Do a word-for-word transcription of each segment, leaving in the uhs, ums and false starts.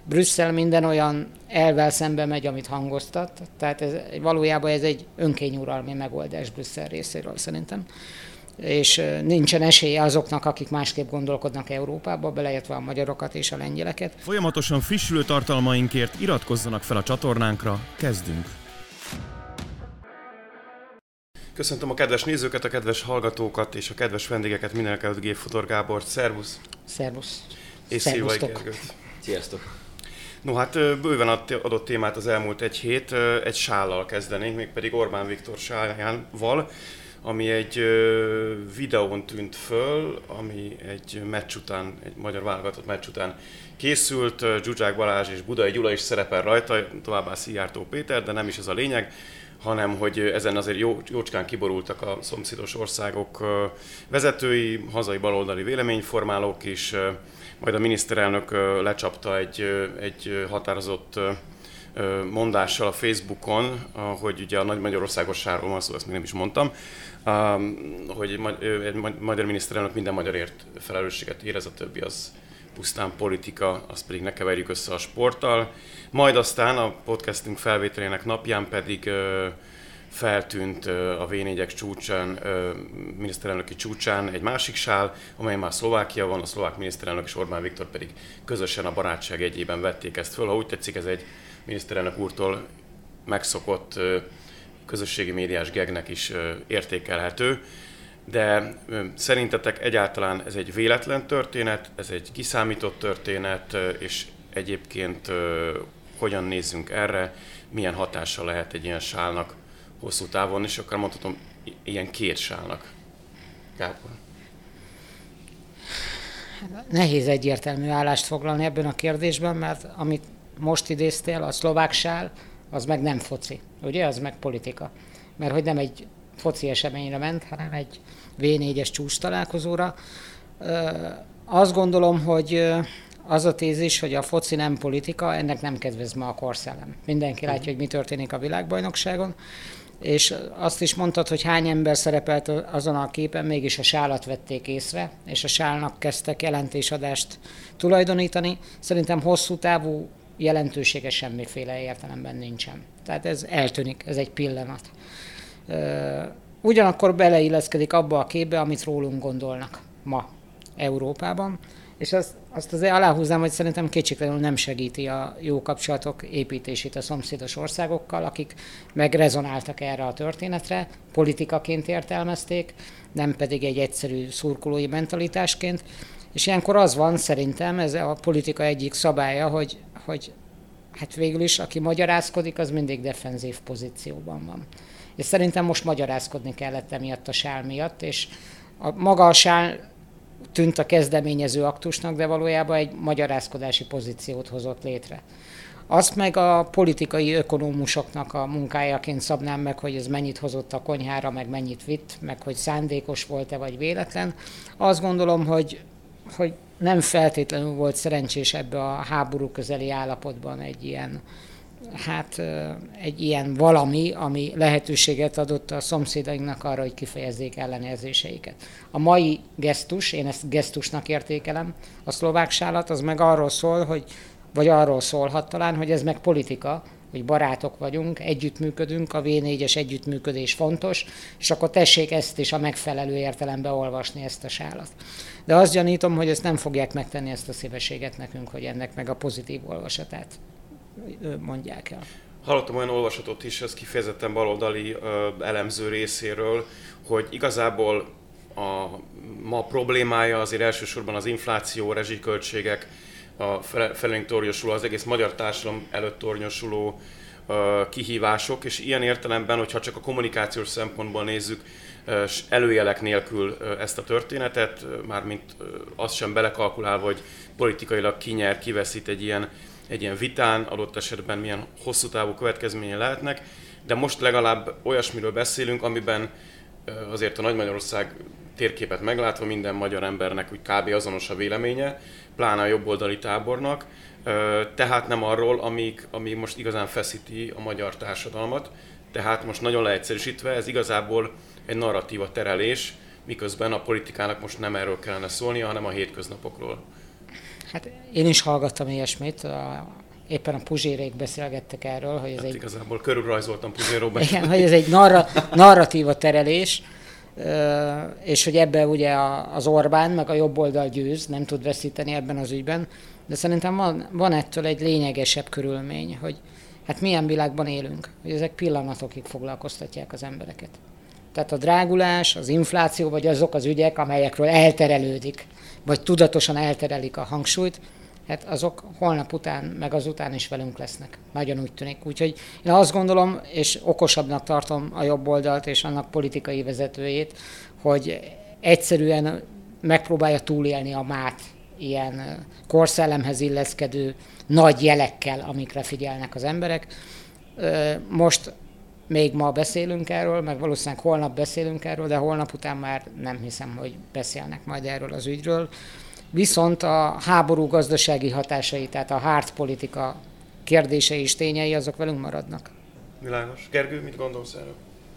Brüsszel minden olyan elvvel szembe megy, amit hangoztat, tehát ez, valójában ez egy önkényuralmi megoldás Brüsszel részéről szerintem. És nincsen esélye azoknak, akik másképp gondolkodnak Európába, beleértve a magyarokat és a lengyeleket. Folyamatosan frissülő tartalmainkért iratkozzanak fel a csatornánkra, kezdünk! Köszöntöm a kedves nézőket, a kedves hallgatókat és a kedves vendégeket, mindenekelőtt G. Fodor Gábort. Szervusz! Szervusz! És Szilvai Gergőt. Sziasztok! No hát bőven adott témát az elmúlt egy hét, egy sállal kezdenénk, mégpedig Orbán Viktor sáljával, ami egy videón tűnt föl, ami egy meccs után, egy magyar válogatott meccs után készült. Zsuzsák Balázs és Budai Gyula is szerepel rajta, továbbá Szijjártó Péter, de nem is ez a lényeg, hanem hogy ezen azért jó, jócskán kiborultak a szomszédos országok vezetői, hazai baloldali véleményformálók is, majd a miniszterelnök lecsapta egy, egy határozott mondással a Facebookon, hogy ugye a Nagy Magyarországosságról van szó, ezt még nem is mondtam, hogy egy magyar miniszterelnök minden magyarért felelősséget érez, a többi az pusztán politika, azt pedig ne keverjük össze a sporttal. Majd aztán a podcastünk felvételének napján pedig feltűnt a vé négyek csúcsán, miniszterelnöki csúcsán egy másik sál, amely már Szlovákia van, a szlovák miniszterelnök és Orbán Viktor pedig közösen a barátság jegyében vették ezt föl. Ha úgy tetszik, ez egy miniszterelnök úrtól megszokott közösségi médiás gegnek is értékelhető, de szerintetek egyáltalán ez egy véletlen történet, ez egy kiszámított történet, és egyébként hogyan nézzünk erre, milyen hatása lehet egy ilyen sálnak hosszú távon, és akár mondhatom, ilyen két sálnak. Gábor. Nehéz egyértelmű állást foglalni ebben a kérdésben, mert amit most idéztél, a szlovák sál, az meg nem foci, ugye? Az meg politika. Mert hogy nem egy foci eseményre ment, hanem egy vé négyes csúcs találkozóra. Azt gondolom, hogy az a tézis, hogy a foci nem politika, ennek nem kedvez ma a korszellem. Mindenki látja, hogy mi történik a világbajnokságon, és azt is mondtad, hogy hány ember szerepelt azon a képen, mégis a sálat vették észre, és a sálnak kezdtek jelentésadást tulajdonítani. Szerintem hosszú távú jelentősége semmiféle értelemben nincsen. Tehát ez eltűnik, ez egy pillanat. Ugyanakkor beleilleszkedik abba a képbe, amit rólunk gondolnak ma Európában, és azt, azt azért aláhúznám, hogy szerintem kétségtelenül nem segíti a jó kapcsolatok építését a szomszédos országokkal, akik megrezonáltak erre a történetre, politikaként értelmezték, nem pedig egy egyszerű szurkolói mentalitásként. És ilyenkor az van szerintem, ez a politika egyik szabálya, hogy, hogy hát végül is, aki magyarázkodik, az mindig defenzív pozícióban van. És szerintem most magyarázkodni kellett emiatt a sál miatt, és a, maga a sál tűnt a kezdeményező aktusnak, de valójában egy magyarázkodási pozíciót hozott létre. Azt meg a politikai ökonómusoknak a munkájaként szabnám meg, hogy ez mennyit hozott a konyhára, meg mennyit vitt, meg hogy szándékos volt-e vagy véletlen. Azt gondolom, hogy, hogy nem feltétlenül volt szerencsés ebbe a háború közeli állapotban egy ilyen, hát egy ilyen valami, ami lehetőséget adott a szomszédainknak arra, hogy kifejezzék ellenérzéseiket. A mai gesztus, én ezt gesztusnak értékelem, a szlovák sálat, az meg arról szól, hogy, vagy arról szólhat talán, hogy ez meg politika, hogy barátok vagyunk, együttműködünk, a vé négyes együttműködés fontos, és akkor tessék ezt is a megfelelő értelemben olvasni, ezt a sálat. De azt gyanítom, hogy ezt nem fogják megtenni, ezt a szívességet nekünk, hogy ennek meg a pozitív olvasatát mondják el. Hallottam olyan olvasatot is, ez kifejezetten baloldali ö, elemző részéről, hogy igazából a ma problémája azért elsősorban az infláció, rezsiköltségek, a felénk tornyosuló, az egész magyar társadalom előtt tornyosuló ö, kihívások, és ilyen értelemben, hogyha csak a kommunikációs szempontból nézzük, ö, előjelek nélkül ö, ezt a történetet, mármint ö, azt sem belekalkulálva, hogy politikailag kinyer, kiveszít egy ilyen egy ilyen vitán, adott esetben milyen hosszú távú következménye lehetnek, de most legalább olyasmiről beszélünk, amiben azért a Nagy Magyarország térképet meglátva minden magyar embernek úgy kb. Azonos a véleménye, pláne a jobboldali tábornak, tehát nem arról, amíg, amíg most igazán feszíti a magyar társadalmat, tehát most nagyon leegyszerűsítve ez igazából egy narratíva terelés, miközben a politikának most nem erről kellene szólnia, hanem a hétköznapokról. Hát én is hallgattam ilyesmit, a, éppen a Puzsérék beszélgettek erről, hogy ez hát egy... Igazából körülrajzoltam Puzséróban. Igen, hogy ez egy narra, narratíva terelés, és hogy ebben ugye az Orbán meg a jobb oldal győz, nem tud veszíteni ebben az ügyben, de szerintem van, van ettől egy lényegesebb körülmény, hogy hát milyen világban élünk, hogy ezek pillanatokig foglalkoztatják az embereket. Tehát a drágulás, az infláció, vagy azok az ügyek, amelyekről elterelődik, vagy tudatosan elterelik a hangsúlyt, hát azok holnap után, meg azután is velünk lesznek. Nagyon úgy tűnik. Úgyhogy én azt gondolom, és okosabbnak tartom a jobb oldalt és annak politikai vezetőjét, hogy egyszerűen megpróbálja túlélni a mát ilyen korszellemhez illeszkedő nagy jelekkel, amikre figyelnek az emberek. Most még ma beszélünk erről, meg valószínűleg holnap beszélünk erről, de holnap után már nem hiszem, hogy beszélnek majd erről az ügyről. Viszont a háború gazdasági hatásai, tehát a hártpolitika kérdései és tényei, azok velünk maradnak. Világos. Gergő, mit gondolsz erről?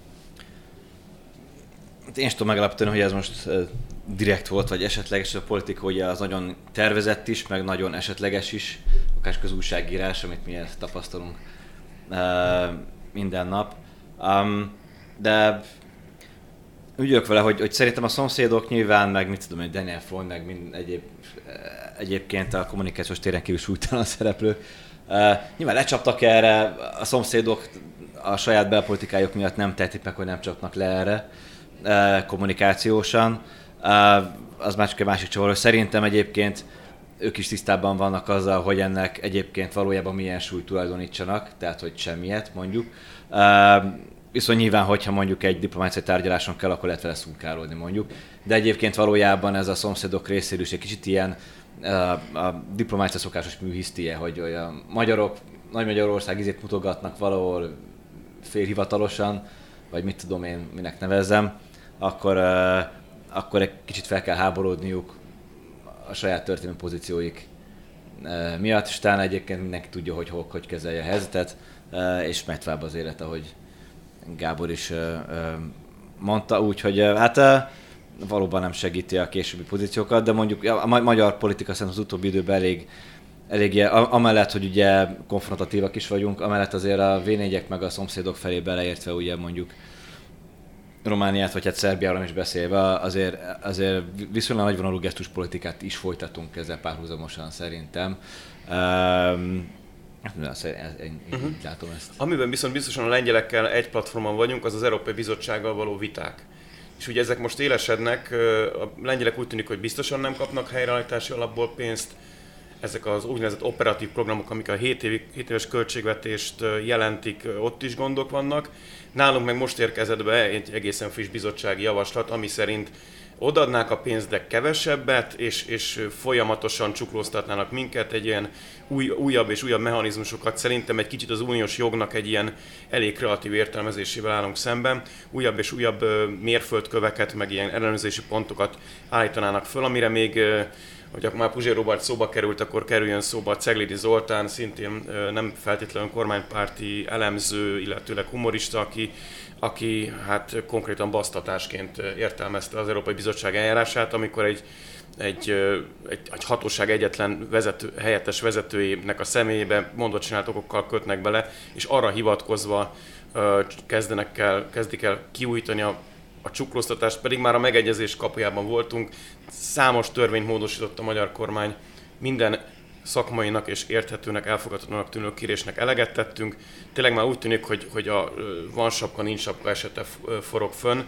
Én is tudom megalapítani, hogy ez most direkt volt, vagy esetleges. A politika ugye az nagyon tervezett is, meg nagyon esetleges is, akár közújságírás, amit mi ezt tapasztalunk minden nap. De úgy vagyok vele, hogy, hogy szerintem a szomszédok nyilván, meg mit tudom, hogy Daniel Freund, meg mind egyéb, egyébként a kommunikációs téren kívül súlytalan szereplők. Uh, nyilván lecsaptak erre, a szomszédok a saját belpolitikájuk miatt nem tehetik meg, hogy nem csapnak le erre uh, kommunikációsan. Uh, az már csak egy másik csavar, szerintem egyébként ők is tisztában vannak azzal, hogy ennek egyébként valójában milyen súlyt tulajdonítsanak, tehát hogy semmiet mondjuk. Uh, Viszont nyilván, hogyha mondjuk egy diplomáciai tárgyaláson kell, akkor lehet vele szunkálódni mondjuk. De egyébként valójában ez a szomszédok részéről is egy kicsit ilyen a diplomácia szokásos műhisztie, hogy a magyarok, Nagy Magyarország izét mutogatnak valahol félhivatalosan, vagy mit tudom én, minek nevezzem, akkor, akkor egy kicsit fel kell háborodniuk a saját történelmi pozícióik miatt, és talán egyébként mindenki tudja, hogy hol, hogy kezelje a helyzetet, és megy tovább az élet, ahogy Gábor is mondta, úgyhogy hát valóban nem segíti a későbbi pozíciókat, de mondjuk a magyar politika szerintem az utóbbi időben elég, elég amellett, hogy ugye konfrontatívak is vagyunk, amellett azért a vé négyek meg a szomszédok felé beleértve ugye mondjuk Romániát, vagy hát Szerbiáról is beszélve, azért, azért viszonylag nagyvonalú gesztuspolitikát is folytatunk ezzel párhuzamosan szerintem. Um, Én uh-huh. így látom ezt. Amiben viszont biztosan a lengyelekkel egy platformon vagyunk, az az Európai Bizottsággal való viták. És ugye ezek most élesednek, a lengyelek úgy tűnik, hogy biztosan nem kapnak helyreállítási alapból pénzt. Ezek az úgynevezett operatív programok, amik a hét éves költségvetést jelentik, ott is gondok vannak. Nálunk meg most érkezett be egy egészen friss bizottsági javaslat, ami szerint odaadnák a pénzt, de kevesebbet, és, és folyamatosan csuklóztatnának minket, egy ilyen új, újabb és újabb mechanizmusokat. Szerintem egy kicsit az uniós jognak egy ilyen elég kreatív értelmezésével állunk szemben. Újabb és újabb mérföldköveket, meg ilyen ellenőrzési pontokat állítanának föl, amire még, hogy akkor már Puzsér Robert szóba került, akkor kerüljön szóba Ceglidi Zoltán, szintén nem feltétlenül kormánypárti elemző, illetőleg humorista, aki aki hát konkrétan basztatásként értelmezte az Európai Bizottság eljárását, amikor egy, egy, egy, egy hatóság egyetlen vezető, helyettes vezetőjének a személyébe mondott csinált okokkal kötnek bele, és arra hivatkozva kezdenek el, kezdik el kiújítani a, a csuklóztatást, pedig már a megegyezés kapujában voltunk. Számos törvényt módosított a magyar kormány, minden szakmainak és érthetőnek, elfogadhatónak tűnő kérésnek eleget tettünk. Tényleg már úgy tűnik, hogy, hogy a van sapka, nincs sapka esete forog fönn.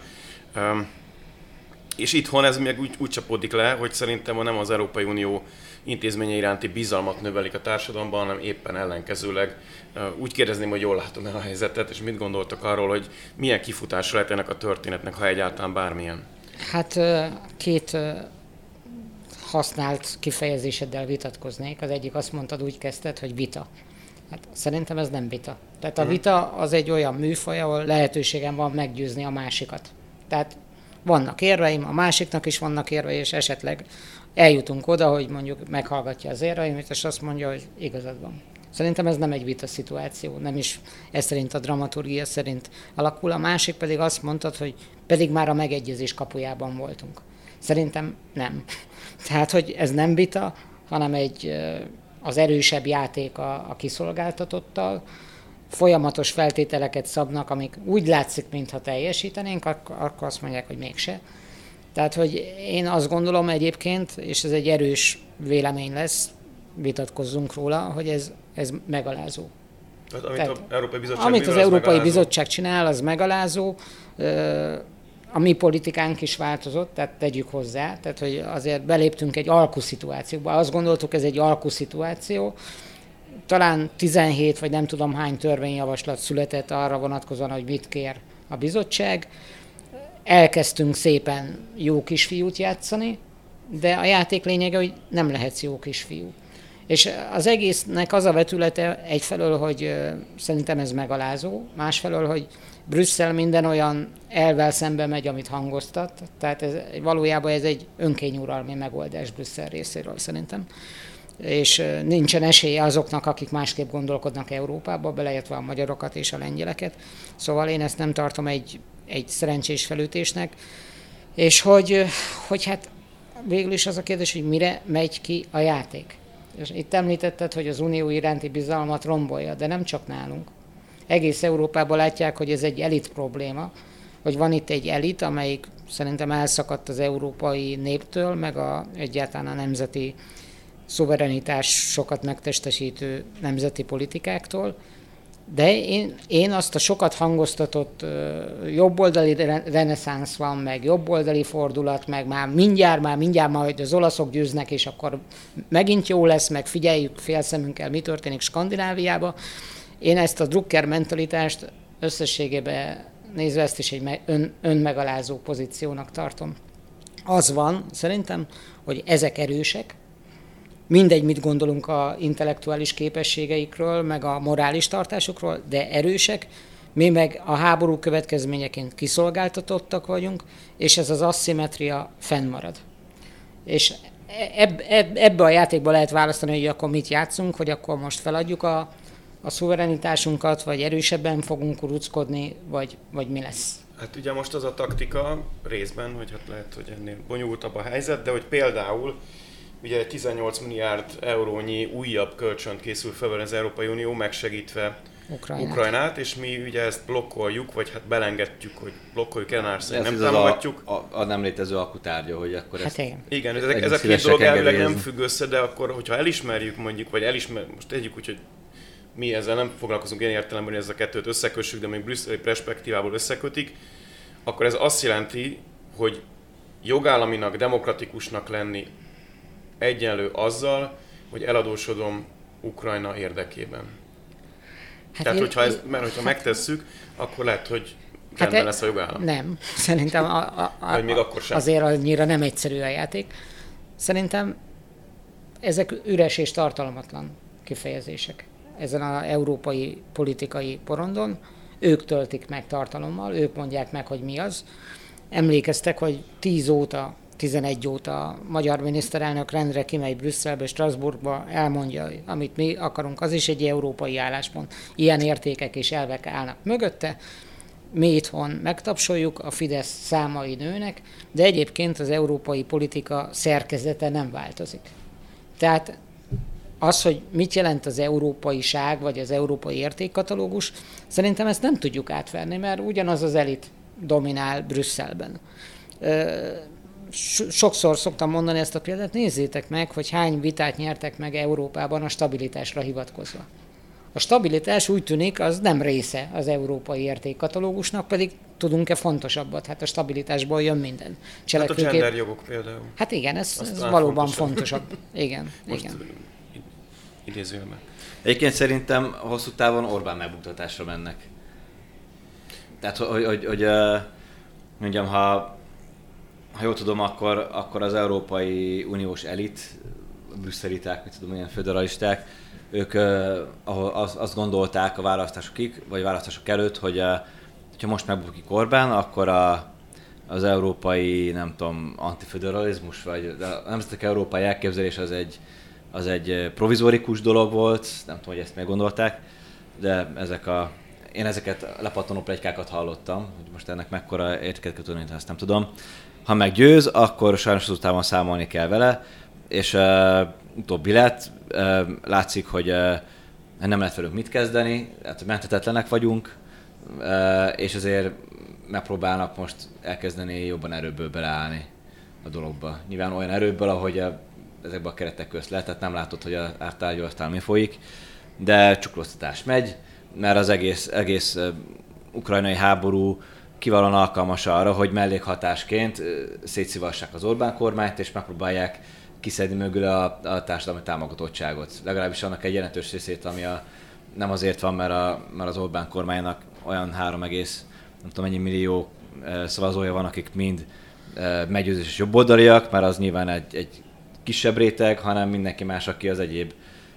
És itthon ez még úgy, úgy csapódik le, hogy szerintem nem az Európai Unió intézménye iránti bizalmat növelik a társadalomban, hanem éppen ellenkezőleg. Úgy kérdezném, hogy jól látom el a helyzetet, és mit gondoltok arról, hogy milyen kifutása lehet ennek a történetnek, ha egyáltalán bármilyen? Hát két használt kifejezéseddel vitatkoznék. Az egyik azt mondtad, úgy kezdted, hogy vita. Hát szerintem ez nem vita. Tehát a vita az egy olyan műfaj, ahol lehetőségem van meggyőzni a másikat. Tehát vannak érveim, a másiknak is vannak érvei, és esetleg eljutunk oda, hogy mondjuk meghallgatja az érveimet, és azt mondja, hogy igazad van. Szerintem ez nem egy vita szituáció, nem is ez szerint a dramaturgia szerint alakul. A másik pedig azt mondtad, hogy pedig már a megegyezés kapujában voltunk. Szerintem nem. Tehát, hogy ez nem vita, hanem egy az erősebb játék a, a kiszolgáltatottal, folyamatos feltételeket szabnak, amik úgy látszik, mintha teljesítenénk, akkor, akkor azt mondják, hogy mégse. Tehát, hogy én azt gondolom egyébként, és ez egy erős vélemény lesz, vitatkozzunk róla, hogy ez, ez megalázó. Tehát, amit Tehát, az Európai Bizottság, amit az Európai Bizottság csinál, az megalázó. A mi politikánk is változott, tehát tegyük hozzá, tehát hogy azért beléptünk egy alkuszituációba. Azt gondoltuk, ez egy alkuszituáció. Talán tizenhét vagy nem tudom hány törvényjavaslat született arra vonatkozóan, hogy mit kér a bizottság. Elkezdtünk szépen jó kisfiút játszani, de a játék lényege, hogy nem lehetsz jó kisfiú. És az egésznek az a vetülete egyfelől, hogy szerintem ez megalázó, másfelől, hogy Brüsszel minden olyan elvvel szembe megy, amit hangoztat, tehát ez, valójában ez egy önkényuralmi megoldás Brüsszel részéről szerintem. És nincsen esélye azoknak, akik másképp gondolkodnak Európába, beleértve a magyarokat és a lengyeleket. Szóval én ezt nem tartom egy, egy szerencsés felütésnek. És hogy, hogy hát végül is az a kérdés, hogy mire megy ki a játék. És itt említetted, hogy az unió iránti bizalmat rombolja, de nem csak nálunk. Egész Európában látják, hogy ez egy elit probléma, hogy van itt egy elit, amelyik szerintem elszakadt az európai néptől, meg a, egyáltalán a nemzeti szuverenitás sokat megtestesítő nemzeti politikáktól, de én, én azt a sokat hangoztatott uh, jobboldali reneszánsz van, meg jobboldali fordulat, meg már mindjárt, már mindjárt majd az olaszok győznek, és akkor megint jó lesz, meg figyeljük félszemünkkel, mi történik Skandináviában. Én ezt a Drucker mentalitást összességében nézve ezt is egy ön, önmegalázó pozíciónak tartom. Az van, szerintem, hogy ezek erősek, mindegy, mit gondolunk a intellektuális képességeikről, meg a morális tartásokról, de erősek, mi meg a háború következményeként kiszolgáltatottak vagyunk, és ez az asszimetria fennmarad. És eb, eb, ebbe a játékba lehet választani, hogy akkor mit játszunk, hogy akkor most feladjuk a, a szuverenitásunkat, vagy erősebben fogunk kuruckodni, vagy, vagy mi lesz. Hát ugye most az a taktika részben, hogy hát lehet, hogy ennél bonyolultabb a helyzet, de hogy például ugye tizennyolc milliárd eurónyi újabb kölcsönt készül fel az Európai Unió, megsegítve Ukrajnát. Ukrajnát, és mi ugye ezt blokkoljuk, vagy hát belengedjük, hogy blokkoljuk, ellenárszak, nem támogatjuk. A, a, a nem létező alkutárgya, hogy akkor hát ezt... Igen, igen ezek, ezek két dolog elvileg nem függ össze, de akkor, hogyha elismerjük mondjuk, vagy elismer, most tegyük úgy, hogy mi ezzel nem foglalkozunk ilyen értelemben, hogy ezt a kettőt összekössük, de még brüsszeli perspektívából összekötik, akkor ez azt jelenti, hogy jogállaminak, demokratikusnak lenni egyenlő azzal, hogy eladósodom Ukrajna érdekében. Hát Tehát, én, hogyha, ez, mert hogyha hát, megtesszük, akkor lehet, hogy rendben hát lesz a jogállam. Nem. Szerintem a, a, a, még akkor sem. azért annyira nem egyszerű a játék. Szerintem ezek üres és tartalmatlan kifejezések ezen az európai politikai porondon. Ők töltik meg tartalommal, ők mondják meg, hogy mi az. Emlékeztek, hogy tíz óta tizenegy óta a magyar miniszterelnök rendre kimegy Brüsszelbe, Strasbourgba, elmondja, amit mi akarunk, az is egy európai álláspont. Ilyen értékek és elvek állnak mögötte. Mi itthon megtapsoljuk, a Fidesz számai nőnek, de egyébként az európai politika szerkezete nem változik. Tehát az, hogy mit jelent az európaiság, vagy az európai értékkatalógus, szerintem ezt nem tudjuk átverni, mert ugyanaz az elit dominál Brüsszelben. Sokszor szoktam mondani ezt a példát, nézzétek meg, hogy hány vitát nyertek meg Európában a stabilitásra hivatkozva. A stabilitás úgy tűnik, az nem része az európai értékkatalógusnak, pedig tudunk-e fontosabbat? Hát a stabilitásból jön minden. Cselekvőkép... Hát a genderjogok például. Hát igen, ez, ez valóban fontosabb. Igen, most igen. Idézőjelben. Egyébként szerintem hosszú távon Orbán megbuktatásra mennek. Tehát, hogy, hogy, hogy mondjam, ha Ha jól tudom, akkor, akkor az Európai Uniós elit, brüsszeliták, mit tudom, ilyen föderalisták, ők uh, azt, azt gondolták a választásokig, vagy választások előtt, hogy uh, ha most megbukik Orbán, akkor a, az európai, nem tudom, antiföderalizmus, vagy a nemzetek európai elképzelés az egy, az egy provizórikus dolog volt, nem tudom, hogy ezt meggondolták, de ezek a, én ezeket lepattanó pletykákat hallottam, hogy most ennek mekkora értéket kell tudni, ezt nem tudom. Ha meggyőz, akkor sajnos azután számolni kell vele, és uh, utóbbi lett. Látszik, hogy nem lehet velünk mit kezdeni, hát menthetetlenek vagyunk, és azért megpróbálnak most elkezdeni jobban erőből beleállni a dologba. Nyilván olyan erőből, ahogy a, ezekben a keretek közt lehet, tehát nem látod, hogy a ártárgyalatán mi folyik, de csuklóztatás megy, mert az egész, egész ukrajnai háború kiválóan alkalmas arra, hogy mellékhatásként szétszivassák az Orbán kormányt, és megpróbálják kiszedni mögül a, a társadalmi támogatottságot. Legalábbis annak egy jelentős részét, ami a, nem azért van, mert, a, mert az Orbán kormánynak olyan három egész nem tudom mennyi millió szavazója van, akik mind meggyőzős jobboldaliak, mert az nyilván egy, egy kisebb réteg, hanem mindenki más, aki az egyéb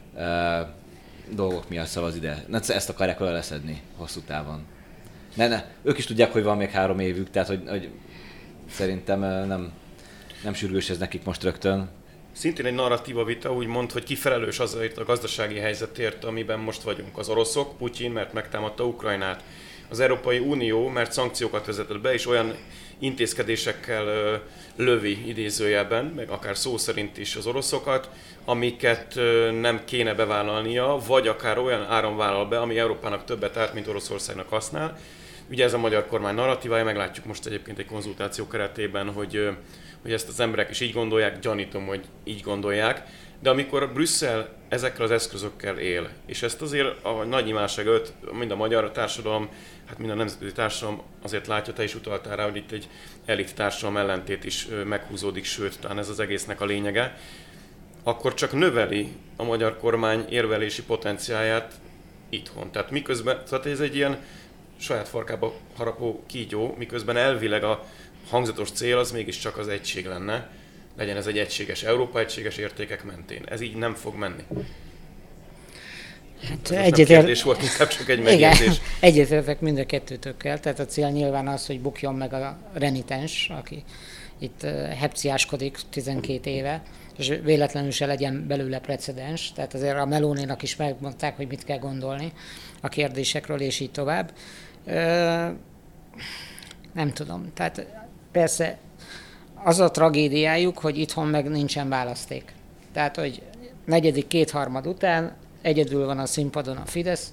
e, dolgok miatt szavaz ide. Ezt akarják vele leszedni hosszú távon. Ne, ne, ők is tudják, hogy van még három évük, tehát hogy, hogy szerintem nem, nem sürgős ez nekik most rögtön. Szintén egy narratíva vita úgy mond, hogy ki felelős azért a gazdasági helyzetért, amiben most vagyunk. Az oroszok, Putyin, mert megtámadta Ukrajnát. Az Európai Unió, mert szankciókat vezetett be, és olyan intézkedésekkel ö, lövi idézőjelben, meg akár szó szerint is az oroszokat, amiket ö, nem kéne bevállalnia, vagy akár olyan áron vállal be, ami Európának többet árt, mint Oroszországnak használ. Ugye ez a magyar kormány narratívája, meglátjuk most egyébként egy konzultáció keretében, hogy, ö, hogy ezt az emberek is így gondolják, gyanítom, hogy így gondolják. De amikor Brüsszel ezekkel az eszközökkel él, és ezt azért a nagy nyilvánosság előtt mind a magyar társadalom, hát mind a nemzetközi társadalom azért látja, te is utaltál rá, hogy itt egy elit társadalom ellentét is meghúzódik, sőt, talán ez az egésznek a lényege, akkor csak növeli a magyar kormány érvelési potenciáját itthon. Tehát miközben, tehát ez egy ilyen saját farkába harapó kígyó, miközben elvileg a hangzatos cél az mégiscsak az egység lenne, legyen ez egy egységes Európa, egységes értékek mentén. Ez így nem fog menni. Hát ez egyetért... nem kérdés volt, inkább csak egy megjegyzés. Igen, egyetértek mind a kettőtökkel, tehát a cél nyilván az, hogy bukjon meg a renitens, aki itt hepciáskodik tizenkét éve, és véletlenül se legyen belőle precedens, tehát azért a Melónénak is megmondták, hogy mit kell gondolni a kérdésekről, és így tovább. Nem tudom, tehát persze az a tragédiájuk, hogy itthon meg nincsen választék. Tehát, hogy negyedik kétharmad után egyedül van a színpadon a Fidesz,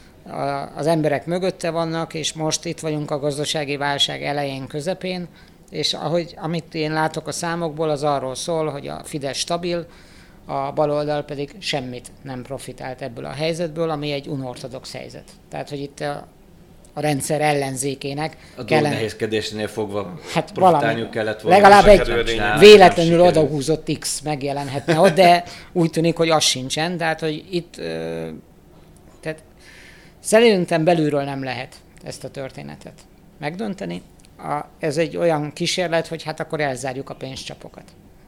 az emberek mögötte vannak, és most itt vagyunk a gazdasági válság elején, közepén, és ahogy, amit én látok a számokból, az arról szól, hogy a Fidesz stabil, a baloldal pedig semmit nem profitált ebből a helyzetből, ami egy unortodox helyzet. Tehát, hogy itt a a rendszer ellenzékének a kellene... nehézkedésnél fogva hát valami, kellett volna. Legalább egy véletlenül odahúzott X megjelenhetne ott, de úgy tűnik, hogy az sincsen. Tehát, hogy itt tehát szerintem belülről nem lehet ezt a történetet megdönteni. A, ez egy olyan kísérlet, hogy hát akkor elzárjuk a pénzcsapokat.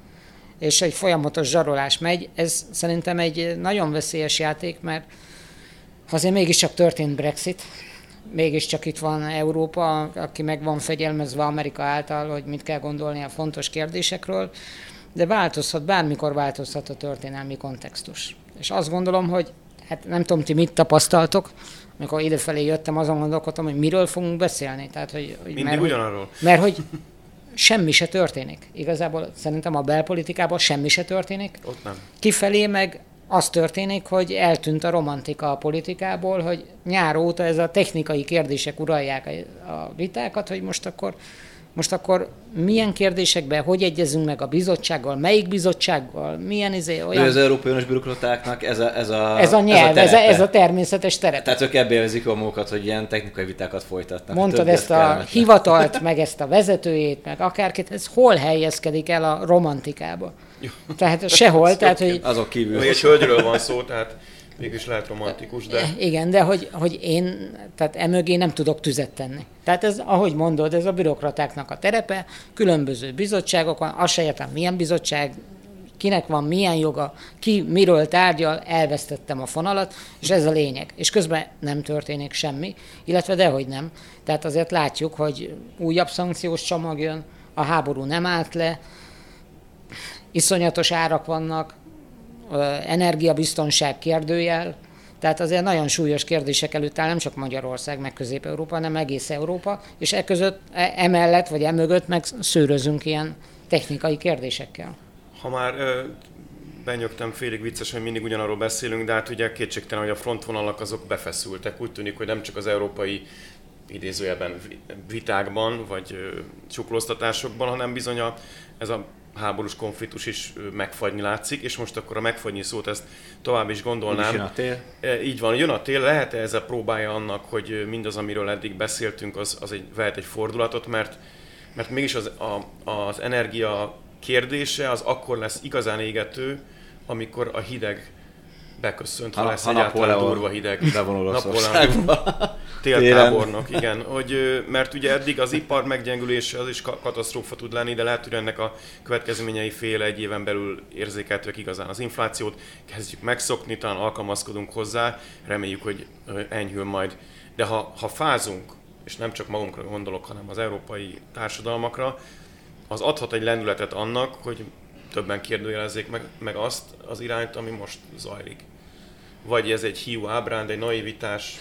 És egy folyamatos zsarolás megy. Ez szerintem egy nagyon veszélyes játék, mert azért mégiscsak történt Brexit, mégiscsak itt van Európa, aki meg van fegyelmezve Amerika által, hogy mit kell gondolni a fontos kérdésekről, de változhat, bármikor változhat a történelmi kontextus. És azt gondolom, hogy hát nem tudom, ti mit tapasztaltok, amikor idefelé jöttem, azon gondolkodtam, hogy miről fogunk beszélni. Tehát, hogy, hogy Mindig mert, ugyanarról. Mert hogy semmi se történik. Igazából szerintem a belpolitikában semmi se történik. Ott nem. Kifelé meg az történik, hogy eltűnt a romantika a politikából, hogy nyár óta ez a technikai kérdések uralják a vitákat, hogy most akkor, most akkor milyen kérdésekben, hogy egyezünk meg a bizottsággal, melyik bizottsággal, milyen izé, olyan... Ő az Európai Uniós bürokratáknak ez a, ez a, ez a nyelv, ez a, ez, a, ez a természetes terepe. Tehát ők ebbe élvezik a magukat, hogy ilyen technikai vitákat folytatnak. Mondtad ezt a kellemetlen hivatalt, meg ezt a vezetőjét, meg akárkit, ez hol helyezkedik el a romantikába? Jó. Tehát sehol, tehát hogy... Azok kívül. Még egy hölgyről van szó, tehát mégis lehet romantikus, de... Igen, de hogy, hogy én, tehát emögé nem tudok tüzet tenni. Tehát ez, ahogy mondod, ez a bürokratáknak a terepe, különböző bizottságok van, azt se értem, milyen bizottság, kinek van milyen joga, ki miről tárgyal, elvesztettem a fonalat, és ez a lényeg. És közben nem történik semmi, illetve dehogy nem. Tehát azért látjuk, hogy újabb szankciós csomag jön, a háború nem állt le, iszonyatos árak vannak, energiabiztonság kérdőjel, tehát azért nagyon súlyos kérdések előtt áll nem csak Magyarország, meg Közép-Európa, hanem egész Európa, és e között, e, emellett vagy emögött meg szőrözünk ilyen technikai kérdésekkel. Ha már ö, benyögtem, félig vicces, hogy mindig ugyanarról beszélünk, de hát ugye kétségtelen, hogy a frontvonalak azok befeszültek. Úgy tűnik, hogy nem csak az európai idézőjelben vitákban, vagy csuklóztatásokban, hanem bizony a, ez a háborús konfliktus is megfagyni látszik, és most akkor a megfagyni szót ezt tovább is gondolnám. Jön a tél. Így van, jön a tél, lehet-e ez a próbája annak, hogy mindaz, amiről eddig beszéltünk, az, az egy, vehet egy fordulatot, mert, mert mégis az, a, az energia kérdése az akkor lesz igazán égető, amikor a hideg beköszönt, ha, ha lesz ha egyáltalán durva hideg. Napóleon téltábornok, igen. Hogy, mert ugye eddig az ipar meggyengülése az is katasztrófa tud lenni, de lehet, hogy ennek a következményei fél egy éven belül érzékelhetőek igazán. Az inflációt kezdjük megszokni, talán alkalmazkodunk hozzá, reméljük, hogy enyhül majd. De ha, ha fázunk, és nem csak magunkra gondolok, hanem az európai társadalmakra, az adhat egy lendületet annak, hogy többen kérdőjelezzék meg, meg azt az irányt, ami most zajlik. Vagy ez egy hiú ábránd, egy naivitás?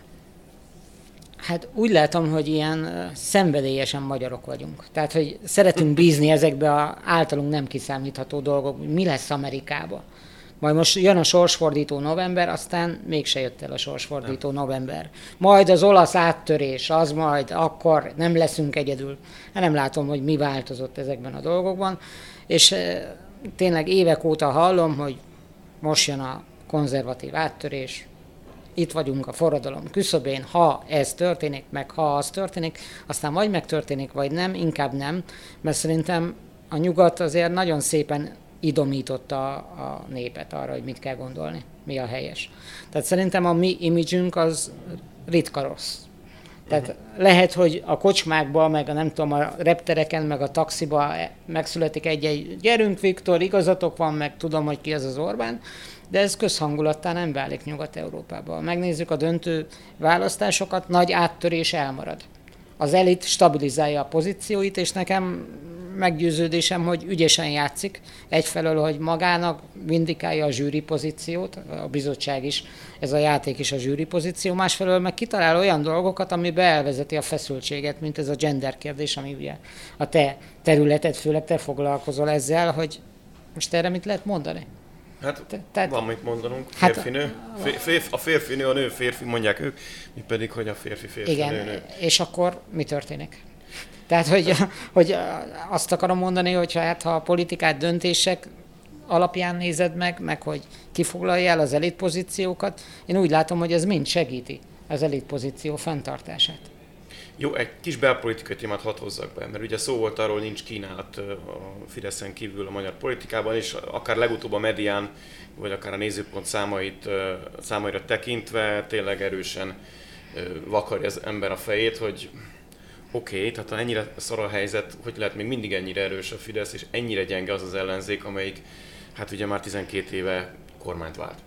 Hát úgy látom, hogy ilyen szenvedélyesen magyarok vagyunk. Tehát, hogy szeretünk bízni ezekbe az általunk nem kiszámítható dolgok, mi lesz Amerikában. Majd most jön a sorsfordító november, aztán mégse jött el a sorsfordító nem. november. Majd az olasz áttörés, az majd akkor nem leszünk egyedül. Hát nem látom, hogy mi változott ezekben a dolgokban. És e, tényleg évek óta hallom, hogy most jön a konzervatív áttörés, itt vagyunk a forradalom küszöbén, ha ez történik, meg ha az történik, aztán vagy megtörténik, vagy nem, inkább nem, mert szerintem a nyugat azért nagyon szépen idomította a népet arra, hogy mit kell gondolni, mi a helyes. Tehát szerintem a mi imidzsünk az ritka rossz. Tehát uh-huh. lehet, hogy a kocsmákban, meg a nem tudom, a reptereken, meg a taxiba megszületik egy-egy gyerünk, Viktor, igazatok van, meg tudom, hogy ki az az Orbán, de ez közhangulattá nem válik Nyugat-Európában. Megnézzük a döntő választásokat, nagy áttörés elmarad. Az elit stabilizálja a pozícióit, és nekem meggyőződésem, hogy ügyesen játszik. Egyfelől, hogy magának vindikálja a zsűri pozíciót, a bizottság is, ez a játék is a zsűri pozíció, másfelől meg kitalál olyan dolgokat, ami beelvezeti a feszültséget, mint ez a gender kérdés, ami ugye a te területed, főleg te foglalkozol ezzel, hogy most erre mit lehet mondani? Hát Te, tehát, van mit mondanunk, férfi-nő. Hát, a férfi-nő, a nő férfi, mondják ők, mi pedig, hogy a férfi férfi, igen, nő, nő. És akkor mi történik? Tehát, hogy, hogy azt akarom mondani, hogy hát, ha a politikát döntések alapján nézed meg, meg hogy kifoglalja el az elitpozíciókat, én úgy látom, hogy ez mind segíti az elitpozíció fenntartását. Jó, egy kis belpolitikai témát hadd hozzak be, mert ugye szó volt arról, nincs kínálat a Fideszen kívül a magyar politikában, és akár legutóbb a Medián, vagy akár a Nézőpont számait, számaira tekintve tényleg erősen vakarja az ember a fejét, hogy oké, okay, tehát ha ennyire szar a helyzet, hogy lehet még mindig ennyire erős a Fidesz, és ennyire gyenge az az ellenzék, amelyik hát ugye már tizenkét éve kormányt vált.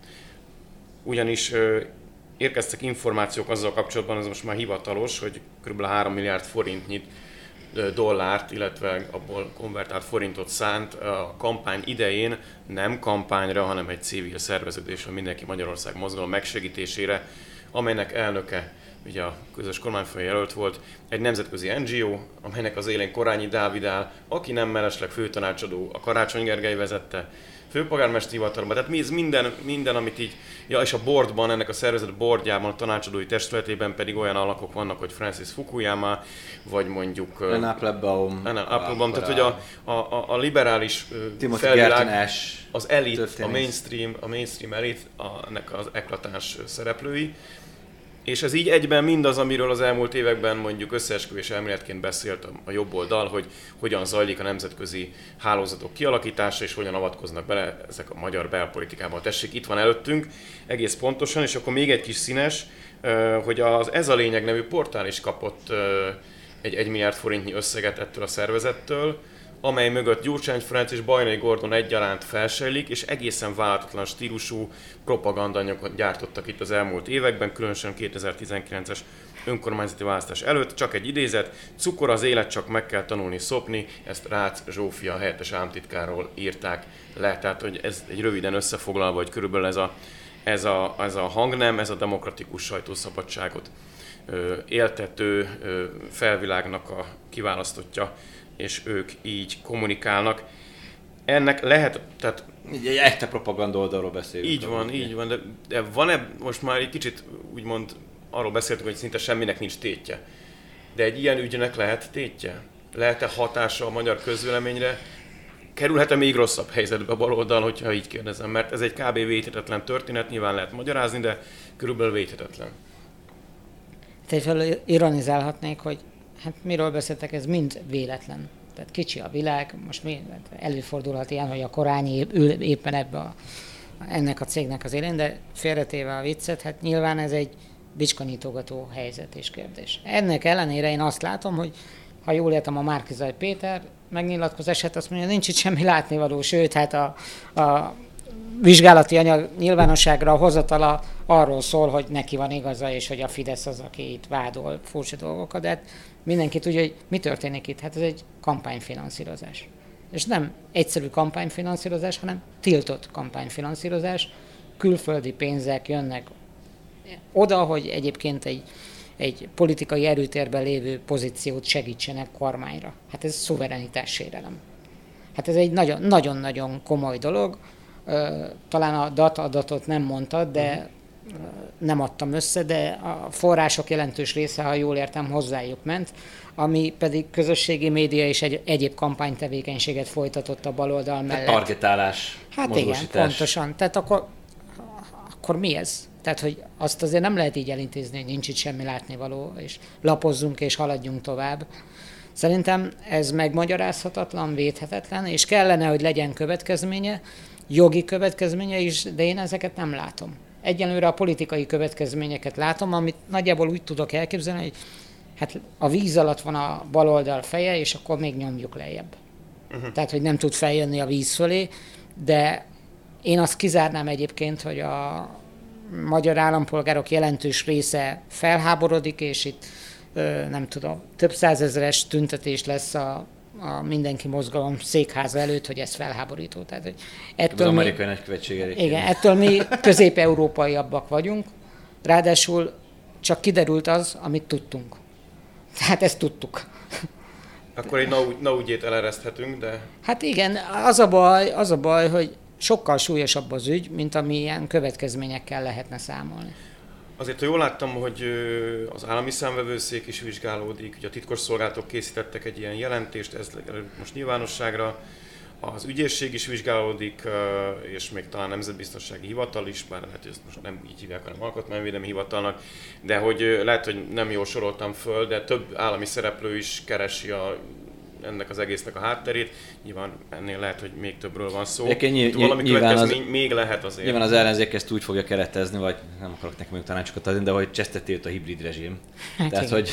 Ugyanis érkeztek információk azzal kapcsolatban, ez most már hivatalos, hogy kb. három milliárd forintnyi dollárt, illetve abból konvertált forintot szánt a kampány idején nem kampányra, hanem egy civil szerveződésre, Mindenki Magyarország mozgalom megsegítésére, amelynek elnöke ugye a közös kormányfő jelölt volt, egy nemzetközi en gé o, amelynek az élén Korányi Dávid áll, aki nem mellesleg főtanácsadó, a Karácsony Gergely vezette, főpolgármesteri hivatalban, tehát mi ez minden, minden, amit így, ja, és a boardban, ennek a szervezet boardjában, a tanácsadói testületében pedig olyan alakok vannak, hogy Francis Fukuyama, vagy mondjuk Anne Applebaum, Anne Applebaum, tehát hogy a, a, a liberális Timothy felvilág, az elit, a mainstream, a mainstream elit, a, ennek az eklatáns szereplői, és ez így egyben mindaz, amiről az elmúlt években mondjuk összeesküvés elméletként beszélt a jobb oldal, hogy hogyan zajlik a nemzetközi hálózatok kialakítása, és hogyan avatkoznak bele ezek a magyar belpolitikában. Tessék, itt van előttünk egész pontosan, és akkor még egy kis színes, hogy az Ez a Lényeg nevű portál is kapott egy egy milliárd forintnyi összeget ettől a szervezettől, amely mögött Gyurcsány Ferenc és Bajnai Gordon egyaránt felsejlik, és egészen váltatlan stílusú propagandanyagokat gyártottak itt az elmúlt években, különösen kétezer-tizenkilences önkormányzati választás előtt. Csak egy idézet, cukor az élet, csak meg kell tanulni szopni, ezt Rácz Zsófia helyettes államtitkáról írták le. Tehát, hogy ez egy röviden összefoglalva, hogy körülbelül ez a, ez a, ez a hangnem, ez a demokratikus sajtószabadságot ö, éltető ö, felvilágnak a kiválasztottja, és ők így kommunikálnak. ennek lehet, tehát... Egy echte propaganda oldalról beszélünk. Így van, így van, de, de van-e, most már egy kicsit úgymond arról beszéltünk, hogy szinte semminek nincs tétje. De egy ilyen ügynek lehet tétje? Lehet-e hatása a magyar közvéleményre? Kerülhet-e még rosszabb helyzetbe a baloldal, hogyha így kérdezem? Mert ez egy kb. Védhetetlen történet, nyilván lehet magyarázni, de körülbelül védhetetlen. Egyfelől ironizálhatnék, hogy hát miről beszéltek, ez mind véletlen. Tehát kicsi a világ, most mi, előfordulhat ilyen, hogy a Korányi ül éppen ebbe a, ennek a cégnek az élén, de félretéve a viccet, hát nyilván ez egy bicskanyitogató helyzet és kérdés. Ennek ellenére én azt látom, hogy ha jól értem, a Márki-Zay Péter megnyilatkozását, azt mondja, nincs itt semmi látnivaló, sőt, hát a, a vizsgálati anyag nyilvánosságra hozatala arról szól, hogy neki van igaza, és hogy a Fidesz az, aki itt vádol furcsa dolgokat, de hát mindenki tudja, hogy mi történik itt. Hát ez egy kampányfinanszírozás. És nem egyszerű kampányfinanszírozás, hanem tiltott kampányfinanszírozás. Külföldi pénzek jönnek oda, hogy egyébként egy, egy politikai erőtérben lévő pozíciót segítsenek kormányra. Hát ez szuverenitássérelem. Hát ez egy nagyon, nagyon-nagyon komoly dolog. Talán a data adatot nem mondtad, de nem adtam össze, de a források jelentős része, ha jól értem, hozzájuk ment, ami pedig közösségi média és egy, egyéb kampánytevékenységet folytatott a baloldal mellett. Targetálás, hát igen, pontosan. Tehát akkor, akkor mi ez? Tehát, hogy azt azért nem lehet így elintézni, hogy nincs itt semmi látnivaló, és lapozzunk és haladjunk tovább. Szerintem ez megmagyarázhatatlan, védhetetlen, és kellene, hogy legyen következménye, jogi következménye is, de én ezeket nem látom. Egyenlőre a politikai következményeket látom, amit nagyjából úgy tudok elképzelni, hogy hát a víz alatt van a baloldal feje, és akkor még nyomjuk lejjebb. Uh-huh. Tehát, hogy nem tud feljönni a víz fölé, de én azt kizárnám egyébként, hogy a magyar állampolgárok jelentős része felháborodik, és itt nem tudom, több százezeres tüntetés lesz a a mindenki mozgalom székháza előtt, hogy ez felháborító. Tehát, hogy ettől az amerikai nagykövetség elég. Igen, ettől mi közép-európaiabbak vagyunk, ráadásul csak kiderült az, amit tudtunk. Tehát ezt tudtuk. Akkor egy naúgyét elereszthetünk, de... Hát igen, az a baj, az a baj, hogy sokkal súlyosabb az ügy, mint amilyen következményekkel lehetne számolni. Azért, ha jól láttam, hogy az állami számvevőszék is vizsgálódik, hogy a titkosszolgálatok készítettek egy ilyen jelentést, ez most nyilvánosságra, az ügyészség is vizsgálódik, és még talán nemzetbiztonsági hivatal is, bár lehet, hogy ezt most nem így hívják, hanem alkotmányvédelmi hivatalnak, de hogy lehet, hogy nem jól soroltam föl, de több állami szereplő is keresi a ennek az egésznek a hátterét. Nyilván ennél lehet, hogy még többről van szó. Nyilván, nyilván valami következmény az, még lehet azért. Nyilván az ellenzék ezt úgy fogja keretezni, vagy nem akarok neki még tanácsokat adni, de hogy csesztetté a hibrid rezsim. Hát Tehát, igen. hogy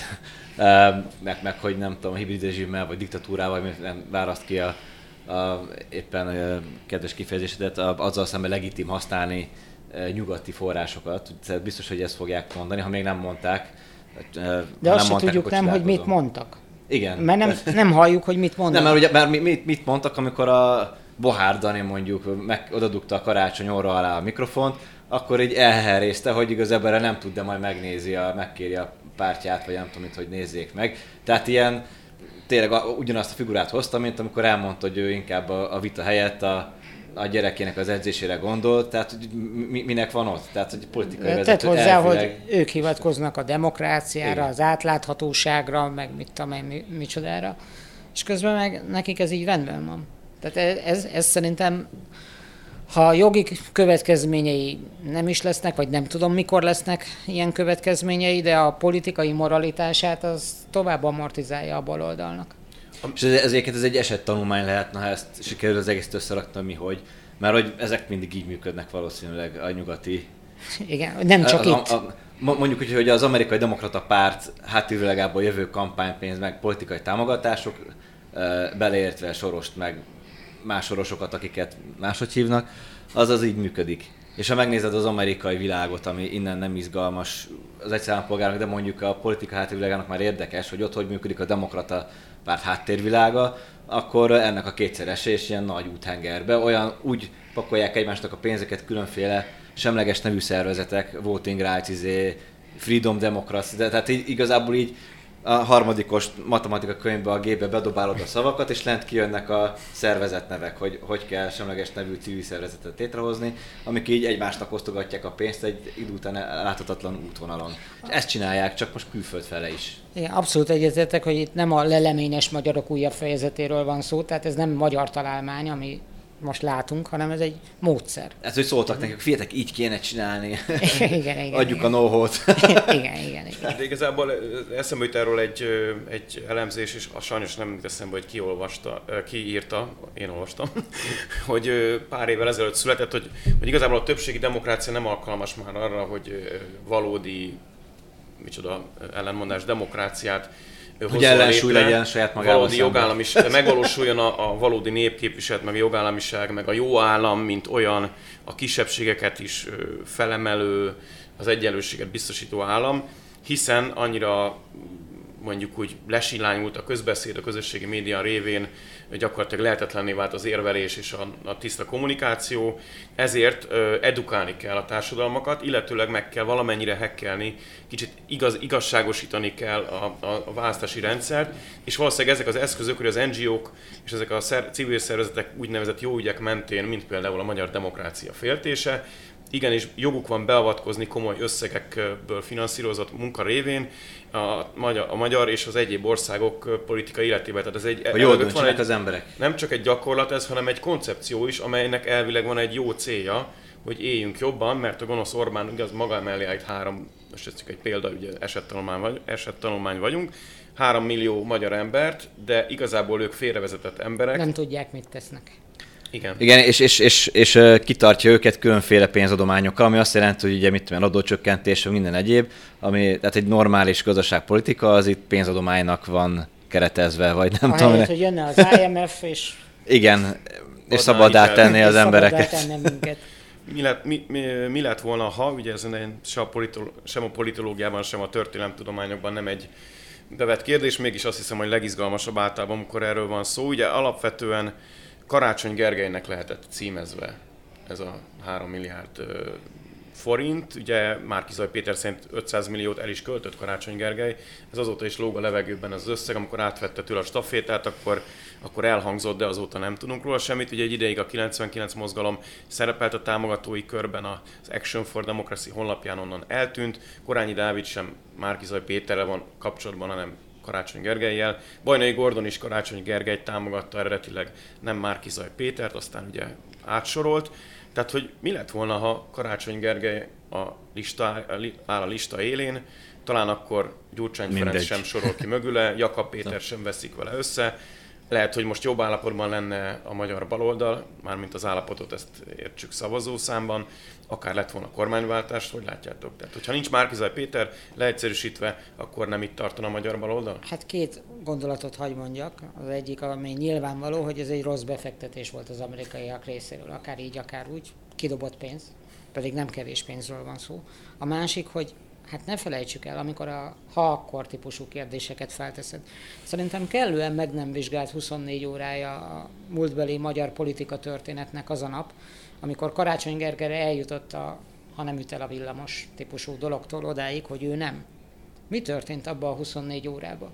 meg, meg, hogy nem tudom, a hibrid rezsimmel, vagy diktatúrával, nem választ ki a, a éppen a kedves kifejezésedet, azzal szemben legitim használni nyugati forrásokat. Tehát biztos, hogy ezt fogják mondani, ha még nem mondták. De azt sem tudjuk nem, hogy mit mondtak. Igen. Mert nem, nem halljuk, hogy mit mondanak. Nem, mert, ugye, mert mit, mit mondtak, amikor a Bohár Dani mondjuk meg, odadugta a Karácsony orra alá a mikrofont, akkor így elherészte, hogy igazából nem tud, de majd megnézi, a, megkéri a pártját, vagy nem tudom, mit, hogy nézzék meg. Tehát ilyen, tényleg a, ugyanazt a figurát hozta, mint amikor elmondta, hogy ő inkább a, a vita helyett a, a gyerekének az edzésére gondol, tehát hogy mi, minek van ott? Tehát, hogy politikai vezető vezető hozzá, elvileg... hogy ők hivatkoznak a demokráciára, igen, az átláthatóságra, meg mit tudom én, mi, micsodára, és közben meg nekik ez így rendben van. Tehát ez, ez szerintem, ha jogi következményei nem is lesznek, vagy nem tudom mikor lesznek ilyen következményei, de a politikai moralitását az tovább amortizálja a baloldalnak. És ez, ezért ez egy esettanulmány lehetne, ha ezt sikerül az egész összerakni, mi hogy. Mert hogy ezek mindig így működnek valószínűleg a nyugati... Igen, nem csak a, itt. A, a, mondjuk úgy, hogy az amerikai demokrata párt háttérvilágából jövő kampánypénz, meg politikai támogatások, beleértve Sorost, meg más sorosokat, akiket máshogy hívnak, az az így működik. És ha megnézed az amerikai világot, ami innen nem izgalmas az egyszerű állampolgárnak, de mondjuk a politika háttérvilágának már érdekes, hogy ott hogy működik a demokrata párt háttérvilága, akkor ennek a kétszerese és ilyen nagy úthengerbe olyan úgy pakolják egymásnak a pénzeket különféle semleges nevű szervezetek, Voting Rights, izé, Freedom Democracy, de tehát így, igazából így a harmadikos matematika könyvbe a gépbe bedobálod a szavakat, és lent kijönnek a szervezetnevek, hogy hogy kell semleges nevű civil szervezetet létrehozni, amik így egymásnak osztogatják a pénzt egy idő után láthatatlan útvonalon. És ezt csinálják, csak most külföld fele is. Igen, abszolút egyetértek, hogy itt nem a leleményes magyarok újabb fejezetéről van szó, tehát ez nem magyar találmány, ami most látunk, hanem ez egy módszer. Ez, hogy szóltak nekik, figyeljetek, így kéne csinálni. Igen, igen. Adjuk igen. a know-how-t. Igen, igen, igen. De igazából eszembe jut erről egy, egy elemzés, és a sajnos nem jut eszembe, hogy ki olvasta, ki írta, én olvastam, hogy pár évvel ezelőtt született, hogy, hogy igazából a többségi demokrácia nem alkalmas már arra, hogy valódi, micsoda ellenmondás, demokráciát hogy ellensúly legyen saját magával valódi jogállamiság, megvalósuljon a, a valódi népképviselet, meg a jogállamiság, meg a jó állam, mint olyan, a kisebbségeket is felemelő, az egyenlőséget biztosító állam, hiszen annyira mondjuk úgy lesillányult a közbeszéd, a közösségi média révén, gyakorlatilag lehetetlenné vált az érvelés és a, a tiszta kommunikáció, ezért ö, edukálni kell a társadalmakat, illetőleg meg kell valamennyire hekkelni, kicsit igaz, igazságosítani kell a, a, a választási rendszert, és valószínűleg ezek az eszközök, hogy az en gé ók és ezek a szer, civil szervezetek úgynevezett jó ügyek mentén, mint például a Magyar Demokrácia Féltése, igenis joguk van beavatkozni komoly összegekből finanszírozott munka révén a magyar, a magyar és az egyéb országok politikai életében. Tehát ez egy, hogy jól döntsenek az emberek. Nem csak egy gyakorlat ez, hanem egy koncepció is, amelynek elvileg van egy jó célja, hogy éljünk jobban, mert a gonosz Orbán igaz maga mellé állít három, most ez csak egy példa, ugye esettanulmány, vagy, esettanulmány vagyunk, három millió magyar embert, de igazából ők félrevezetett emberek. Nem tudják, mit tesznek. Igen. Igen, és, és, és, és kitartja őket különféle pénzadományokkal, ami azt jelenti, hogy ugye mit tudom, adócsökkentés, minden egyéb, ami, tehát egy normális gazdaságpolitika, az itt pénzadománynak van keretezve, vagy nem Ahelyett, tudom. Ahelyett, hogy jönne az i em ef, és... Igen, és szabaddá tenni az embereket. Mi lett, mi, mi, mi lett volna, ha, ugye ezen sem a, politolo, sem a politológiában, sem a történelemtudományokban nem egy bevett kérdés, mégis azt hiszem, hogy legizgalmasabb általában, amikor erről van szó. Ugye alapvetően Karácsony Gergelynek lehetett címezve ez a három milliárd forint. Ugye Márki-Zay Péter szerint ötszáz milliót el is költött Karácsony Gergely. Ez azóta is lóg a levegőben az összeg, amikor átvette tőle a stafétát, akkor, akkor elhangzott, de azóta nem tudunk róla semmit. Ugye egy ideig a kilencvenkilenc mozgalom szerepelt a támogatói körben, az Action for Democracy honlapján onnan eltűnt. Korányi Dávid sem Márki-Zay Péterrel van kapcsolatban, hanem Karácsony Gergellyel. Bajnai Gordon is Karácsony Gergelyt támogatta eredetileg, nem Márki-Zay Pétert, aztán ugye átsorolt. Tehát, hogy mi lett volna, ha Karácsony Gergely a lista, áll a lista élén, talán akkor Gyurcsány Mindegy. Ferenc sem sorol ki mögüle, Jakab Péter sem veszik vele össze. Lehet, hogy most jobb állapotban lenne a magyar baloldal, mármint az állapotot ezt értsük szavazószámban, akár lett volna kormányváltás, hogy látjátok? Tehát, hogyha nincs Márki-Zay Péter, leegyszerűsítve, akkor nem itt tartana a magyar baloldal? Hát két gondolatot hagy mondjak. Az egyik, ami nyilvánvaló, hogy ez egy rossz befektetés volt az amerikaiak részéről, akár így, akár úgy, kidobott pénz, pedig nem kevés pénzről van szó. A másik, hogy hát ne felejtsük el, amikor a ha-akkor típusú kérdéseket felteszed. Szerintem kellően meg nem vizsgált huszonnégy órája a múltbeli magyar politika történetnek az a nap, amikor Karácsony Gergelyre eljutott a ha nem üt el a villamos típusú dologtól odáig, hogy ő nem. Mi történt abban a huszonnégy órában?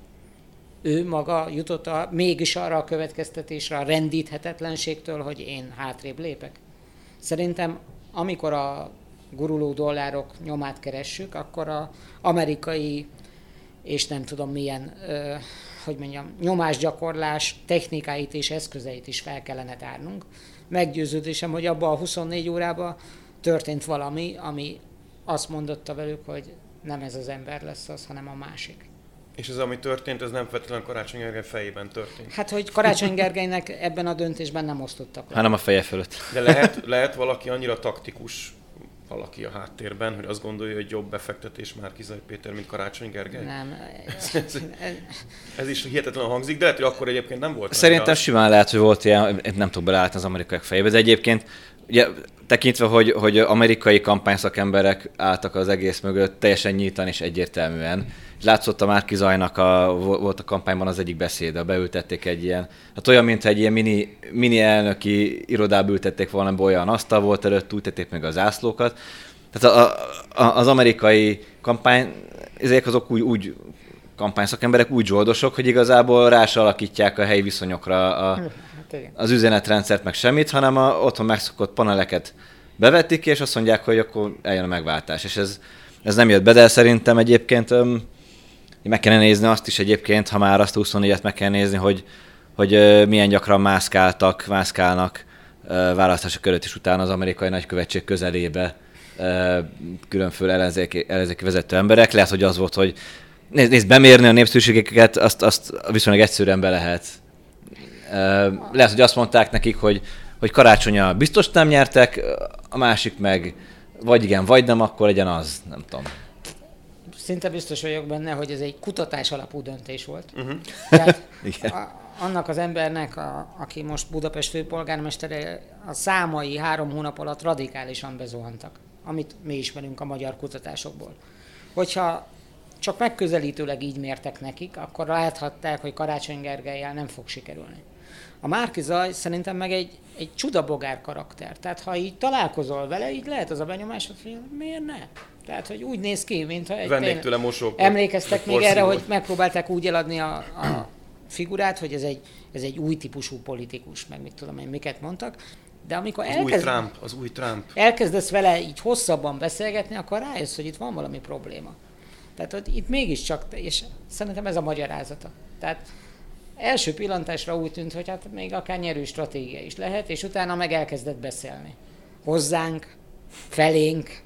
Ő maga jutott a, mégis arra a következtetésre, a rendíthetetlenségtől, hogy én hátrébb lépek. Szerintem amikor a guruló dollárok nyomát keressük, akkor az amerikai és nem tudom milyen, ö, hogy mondjam, nyomásgyakorlás technikáit és eszközeit is fel kellene tárnunk. Meggyőződésem, hogy abban a huszonnégy órában történt valami, ami azt mondotta velük, hogy nem ez az ember lesz az, hanem a másik. És ez, ami történt, ez nem feltétlenül Karácsony Gergely fejében történt? Hát, hogy Karácsony Gergelynek ebben a döntésben nem osztottak le. Hanem a feje fölött. De lehet, lehet valaki annyira taktikus, valaki a háttérben, hogy azt gondolja, hogy jobb befektetés Márki-Zay Péter, mint Karácsony Gergely? Nem. ez, ez, ez is hihetetlen hangzik, de lehet, hogy akkor egyébként nem volt. Szerintem annyira... simán lehet, hogy volt ilyen, nem tudok beleállni az amerikaiak fejébe, de egyébként ugye, tekintve, hogy, hogy amerikai kampányszakemberek álltak az egész mögött teljesen nyíltan és egyértelműen. Látszott a Márki-Zaynak a, volt a kampányban az egyik beszéde, beültették egy ilyen, hát olyan, mintha egy ilyen mini, mini elnöki irodába ültették volna, olyan asztal volt előtt, ültették meg a zászlókat. Tehát a, a, az amerikai kampány, ezek azok úgy, úgy kampányszakemberek úgy zsoldosok, hogy igazából rá se alakítják a helyi viszonyokra a, az üzenetrendszert, meg semmit, hanem a otthon megszokott paneleket bevették ki, és azt mondják, hogy akkor eljön a megváltás. És ez, ez nem jött be, de szerintem egyébként öm, meg kellene nézni azt is egyébként, ha már azt a huszonnégyet meg kell nézni, hogy, hogy ö, milyen gyakran mászkáltak, mászkálnak ö, választások előtt is utána az amerikai nagykövetség közelébe ö, különféle ellenzéki, ellenzéki vezető emberek. Lehet, hogy az volt, hogy nézd, nézd bemérni a népszerűségeket, azt, azt viszonylag egyszerűen be lehet. Ö, lehet, hogy azt mondták nekik, hogy hogy Karácsonnyal biztos nem nyertek, a másik meg vagy igen, vagy nem, akkor legyen az, nem tudom. Szinte biztos vagyok benne, hogy ez egy kutatás alapú döntés volt. Uh-huh. Tehát a, annak az embernek, a, aki most Budapest főpolgármestere, a számai három hónap alatt radikálisan bezuhantak, amit mi ismerünk a magyar kutatásokból. Hogyha csak megközelítőleg így mértek nekik, akkor láthatták, hogy Karácsony Gergellyel nem fog sikerülni. A Márki Zaj szerintem meg egy, egy csudabogár karakter. Tehát ha így találkozol vele, így lehet az a benyomás, hogy miért ne? Tehát, hogy úgy néz ki, mintha egy... Vennék tőle mosókot. Emlékeztek még erre, hogy megpróbálták úgy eladni a, a figurát, hogy ez egy, ez egy új típusú politikus, meg mit tudom én, miket mondtak. De amikor az elkezd... új Trump, az új Trump. elkezdesz vele így hosszabban beszélgetni, akkor rájössz, hogy itt van valami probléma. Tehát, hogy itt mégiscsak, és szerintem ez a magyarázata. Tehát első pillantásra úgy tűnt, hogy hát még akár nyerő stratégia is lehet, és utána meg elkezdett beszélni. Hozzánk, felénk,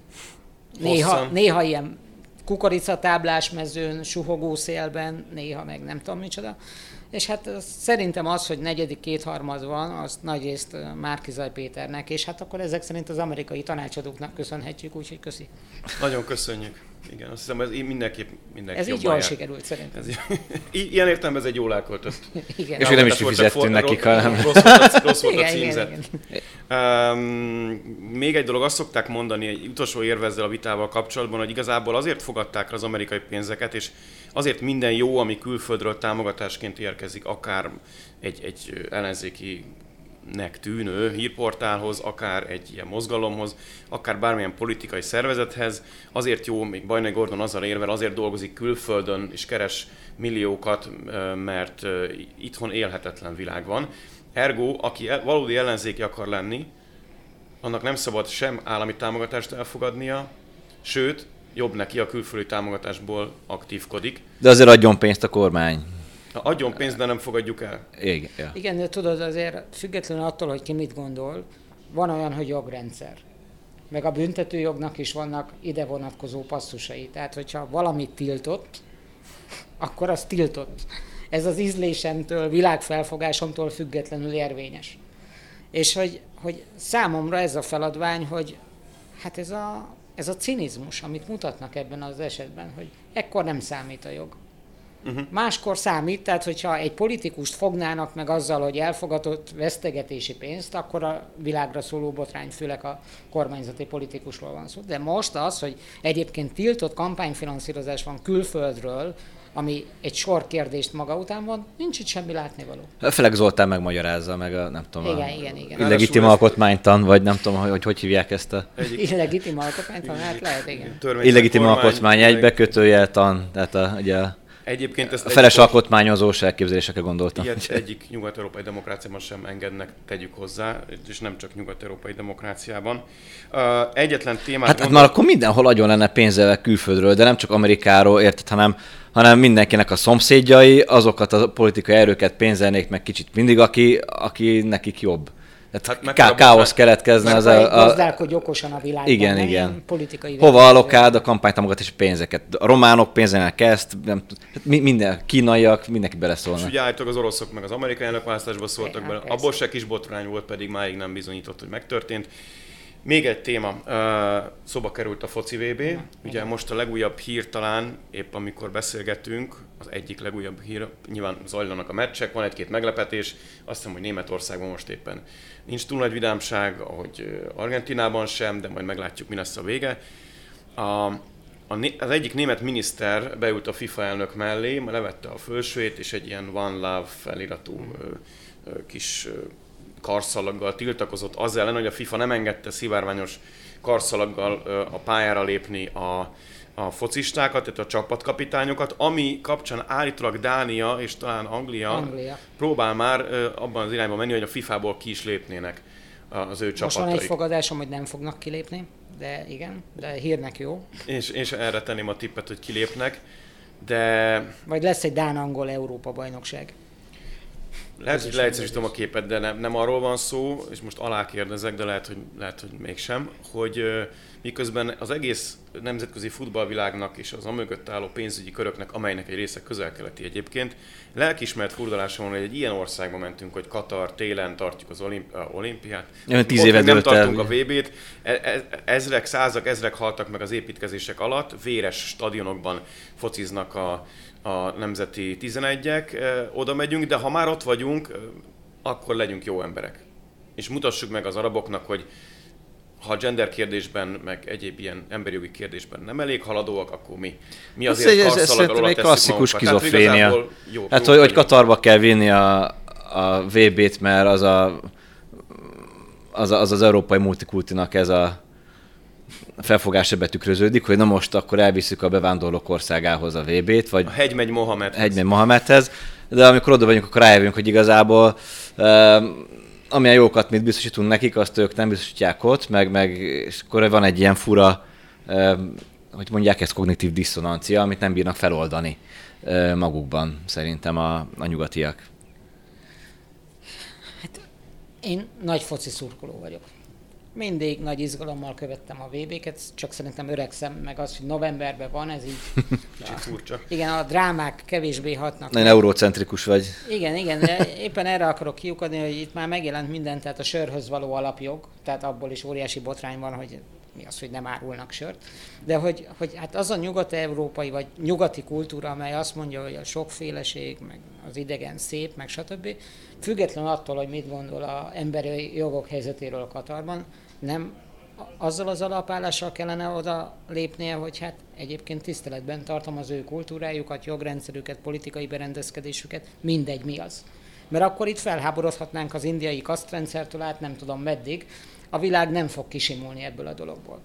néha, néha ilyen kukoricatáblás mezőn, suhogó szélben, néha meg nem tudom micsoda. És hát szerintem az, hogy negyedik kétharmad van, az nagyrészt Márki Zaj Péternek, és hát akkor ezek szerint az amerikai tanácsadóknak köszönhetjük, úgyhogy köszi. Nagyon köszönjük. Igen, azt hiszem, ez mindenképp mindenki Ez így jól jár. Sikerült szerintem. Ez, ilyen értelemben ez egy jól elköltött. Igen. És nem is fizettünk nekik, hanem... Rossz volt a, rossz volt a címzet. Igen, igen. Um, még egy dolog, azt szokták mondani, egy utolsó érve ezzel a vitával kapcsolatban, hogy igazából azért fogadták az amerikai pénzeket, és azért minden jó, ami külföldről támogatásként érkezik, akár egy, egy ellenzéki nek tűnő hírportálhoz, akár egy ilyen mozgalomhoz, akár bármilyen politikai szervezethez. Azért jó, még Bajnai Gordon azzal érvel, azért dolgozik külföldön és keres milliókat, mert itthon élhetetlen világ van. Ergo, aki valódi ellenzéki akar lenni, annak nem szabad sem állami támogatást elfogadnia, sőt, jobb neki a külföldi támogatásból aktívkodik. De azért adjon pénzt a kormány. Na, adjon pénzt, de nem fogadjuk el. Igen, ja. Igen, de tudod, azért függetlenül attól, hogy ki mit gondol, van olyan, hogy jogrendszer. Meg a büntetőjognak is vannak ide vonatkozó passzusai. Tehát, hogyha valamit tiltott, akkor az tiltott. Ez az ízlésemtől, világfelfogásomtól függetlenül érvényes. És hogy, hogy számomra ez a feladvány, hogy hát ez a, ez a cinizmus, amit mutatnak ebben az esetben, hogy ekkor nem számít a jog. Uh-huh. Máskor számít, tehát hogyha egy politikust fognának meg azzal, hogy elfogadott vesztegetési pénzt, akkor a világra szóló botrány, főleg a kormányzati politikusról van szó. De most az, hogy egyébként tiltott kampányfinanszírozás van külföldről, ami egy sor kérdést maga után van, nincs itt semmi látnivaló. Felek Zoltán megmagyarázza, meg a, nem tudom, igen, a igen, igen. illegitim alkotmánytan, vagy nem tudom, hogy hogy hívják ezt a... Egyik... Illegitim alkotmánytan, hát lehet, igen. Illegitim alkotmány egybekötőjel tan, tehát a, ugye a... Egyébként ezt a feles alkotmányozós elképzelésekre gondoltam. Ilyet egyik nyugat-európai demokráciában sem engednek, tegyük hozzá, és nem csak nyugat-európai demokráciában. Uh, egyetlen témát... Hát, hát már akkor mindenhol agyon lenne pénzzel külföldről, de nem csak Amerikáról, érted, hanem, hanem mindenkinek a szomszédjai, azokat a politikai erőket pénzelnék meg kicsit mindig, aki, aki nekik jobb. Hát ká- káosz keletkezne az a... a... Gazdálkodj okosan a világban, igen, nem igen. Politikai... Hova alokáld a kampánytámogatási pénzeket? A románok pénzenek ezt, nem, minden, kínaiak, mindenki beleszólna. És ugye állítólag az oroszok meg az amerikai elnökválasztásban szóltak bele. Abból se kis botrány volt, pedig máig nem bizonyított, hogy megtörtént. Még egy téma, szóba került a foci vé bé, ugye most a legújabb hír talán, épp amikor beszélgetünk, az egyik legújabb hír, nyilván zajlanak a meccsek, van egy-két meglepetés, azt hiszem, hogy Németországban most éppen nincs túl nagy vidámság, ahogy Argentinában sem, de majd meglátjuk, mi lesz a vége. A, a, az egyik német miniszter beült a FIFA elnök mellé, levette a fölsőjét, és egy ilyen One Love feliratú ö, ö, kis... Ö, karszalaggal tiltakozott azzal ellen, hogy a FIFA nem engedte szivárványos karszalaggal a pályára lépni a a focistákat, tehát a csapatkapitányokat, ami kapcsán állítólag Dánia és talán Anglia, Anglia. próbál már abban az irányban menni, hogy a fifából ki is lépnének az ő Most csapataik. van egy fogadásom, hogy nem fognak kilépni, de igen, de hírnek jó. És, és erre tenném a tippet, hogy kilépnek, de... Vagy lesz egy Dán-Angol Európa-bajnokság. Lehet, hogy leegyszerűsítem a képet, de nem, nem arról van szó, és most alákérdezek, de lehet, hogy, lehet, hogy mégsem, hogy uh, miközben az egész nemzetközi futballvilágnak és az amögött álló pénzügyi köröknek, amelynek egy része közel-keleti egyébként, lelkiismert furdalása van, hogy egy ilyen országba mentünk, hogy Katar télen tartjuk az olimpi- olimpiát, ja, tíz éve nem tartunk el. a vé bét, ezrek, százak, ezrek haltak meg az építkezések alatt, véres stadionokban fociznak a a nemzeti tizenegyek, oda megyünk, de ha már ott vagyunk, akkor legyünk jó emberek. És mutassuk meg az araboknak, hogy ha a gender kérdésben, meg egyéb ilyen emberi jogi kérdésben nem elég haladóak, akkor mi, mi azért karszalaggal oda tesszük klasszikus magunkat. skizofrénia. Jó, hát, jó hogy, hogy Katarba kell vinni a, a vé bét, mert az a, az, a, az az európai multikultinak ez a felfogása betükröződik, hogy na most akkor elviszük a bevándorlók országához a vé bét, vagy a hegy megy Mohamedhez. Hegy megy Mohamedhez, de amikor oda vagyunk, akkor rájövünk, hogy igazából uh, amilyen jókat mit biztosítunk nekik, azt ők nem biztosítják ott, meg, meg és akkor van egy ilyen fura, uh, hogy mondják, ez kognitív diszonancia, amit nem bírnak feloldani uh, magukban, szerintem a, a nyugatiak. Hát én nagy foci szurkoló vagyok. Mindig nagy izgalommal követtem a vé béket, csak szerintem öregszem, meg az, hogy novemberben van, ez így... Kicsit furcsa. Igen, a drámák kevésbé hatnak. Nagyon eurocentrikus vagy. Igen, igen, de éppen erre akarok kiukadni, hogy itt már megjelent minden, tehát a sörhöz való alapjog, tehát abból is óriási botrány van, hogy mi az, hogy nem árulnak sört. De hogy, hogy hát az a nyugat-európai vagy nyugati kultúra, amely azt mondja, hogy a sokféleség, meg az idegen szép, meg stb. Független attól, hogy mit gondol az emberi jogok helyzetéről a Katarban, nem azzal az alapállással kellene oda lépnie, hogy hát egyébként tiszteletben tartom az ő kultúrájukat, jogrendszerüket, politikai berendezkedésüket, mindegy mi az. Mert akkor itt felháborodhatnánk az indiai kasztrendszertől át nem tudom meddig, a világ nem fog kisimulni ebből a dologból.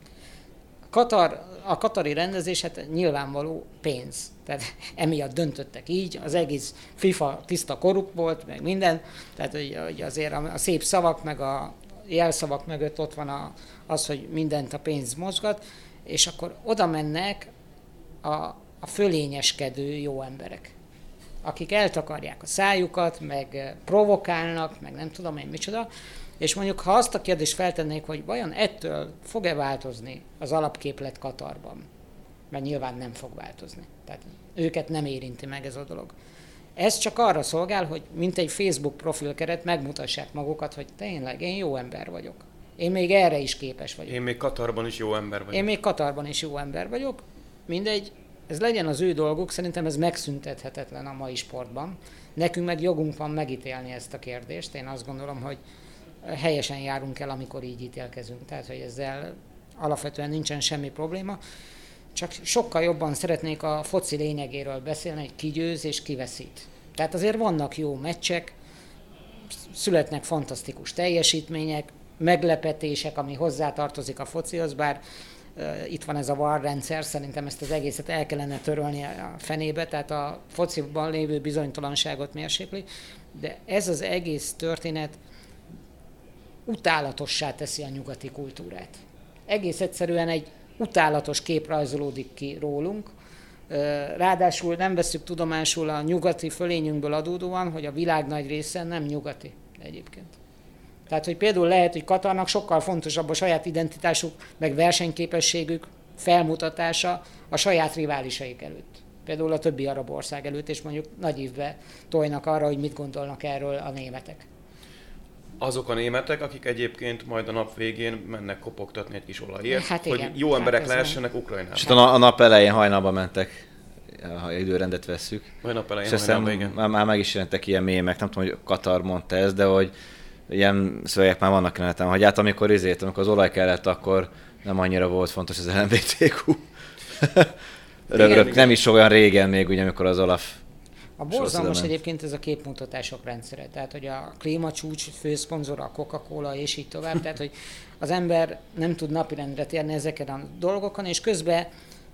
Katar, a katari rendezés hát nyilvánvaló pénz. Tehát emiatt döntöttek így, az egész FIFA tiszta korrupt volt, meg minden, tehát hogy azért a szép szavak, meg a jelszavak mögött ott van a, az, hogy mindent a pénz mozgat, és akkor oda mennek a, a fölényeskedő jó emberek, akik eltakarják a szájukat, meg provokálnak, meg nem tudom én micsoda, és mondjuk, ha azt a kérdést feltennék, hogy vajon ettől fog-e változni az alapképlet Katarban, mert nyilván nem fog változni. Tehát őket nem érinti meg ez a dolog. Ez csak arra szolgál, hogy mint egy Facebook profilkeret megmutassák magukat, hogy tényleg én jó ember vagyok. Én még erre is képes vagyok. Én még Katarban is jó ember vagyok. Én még Katarban is jó ember vagyok. Mindegy, ez legyen az ő dolguk, szerintem ez megszüntethetetlen a mai sportban. Nekünk meg jogunk van megítélni ezt a kérdést. Én azt gondolom, hogy helyesen járunk el, amikor így ítélkezünk. Tehát, hogy ezzel alapvetően nincsen semmi probléma. Csak sokkal jobban szeretnék a foci lényegéről beszélni, hogy ki győz és ki veszít. Tehát azért vannak jó meccsek, születnek fantasztikus teljesítmények, meglepetések, ami hozzátartozik a focihoz, bár uh, itt van ez a VAR rendszer, szerintem ezt az egészet el kellene törölni a fenébe, tehát a fociban lévő bizonytalanságot mérsékli, de ez az egész történet utálatossá teszi a nyugati kultúrát. Egész egyszerűen egy utálatos kép rajzolódik ki rólunk, ráadásul nem vesszük tudomásul a nyugati fölényünkből adódóan, hogy a világ nagy része nem nyugati egyébként. Tehát, hogy például lehet, hogy Katarnak sokkal fontosabb a saját identitásuk, meg versenyképességük felmutatása a saját riválisaik előtt. Például a többi arab ország előtt, és mondjuk nagy évbe tojnak arra, hogy mit gondolnak erről a németek. Azok a németek, akik egyébként majd a nap végén mennek kopogtatni egy kis olajért, hát hogy igen, jó emberek hát lehessenek Ukrajnában. És a, a nap elején hajnalba mentek, ha időrendet vesszük. Vagy nap elején és aztán igen. Már, már meg is jelentek ilyen mémek, nem tudom, hogy Katar mondta ezt, de hogy ilyen szövegek már vannak jelenetem, hogy hát amikor izét, amikor az olaj kellett, akkor nem annyira volt fontos az el em bé té kú. Rögtön, nem is olyan régen még, ugye, amikor az Olaf. A borzalmas egyébként ez a képmutatások rendszere, tehát hogy a klímacsúcs főszponzora a Coca-Cola és így tovább, tehát hogy az ember nem tud napirendre térni ezeken a dolgokon, és közben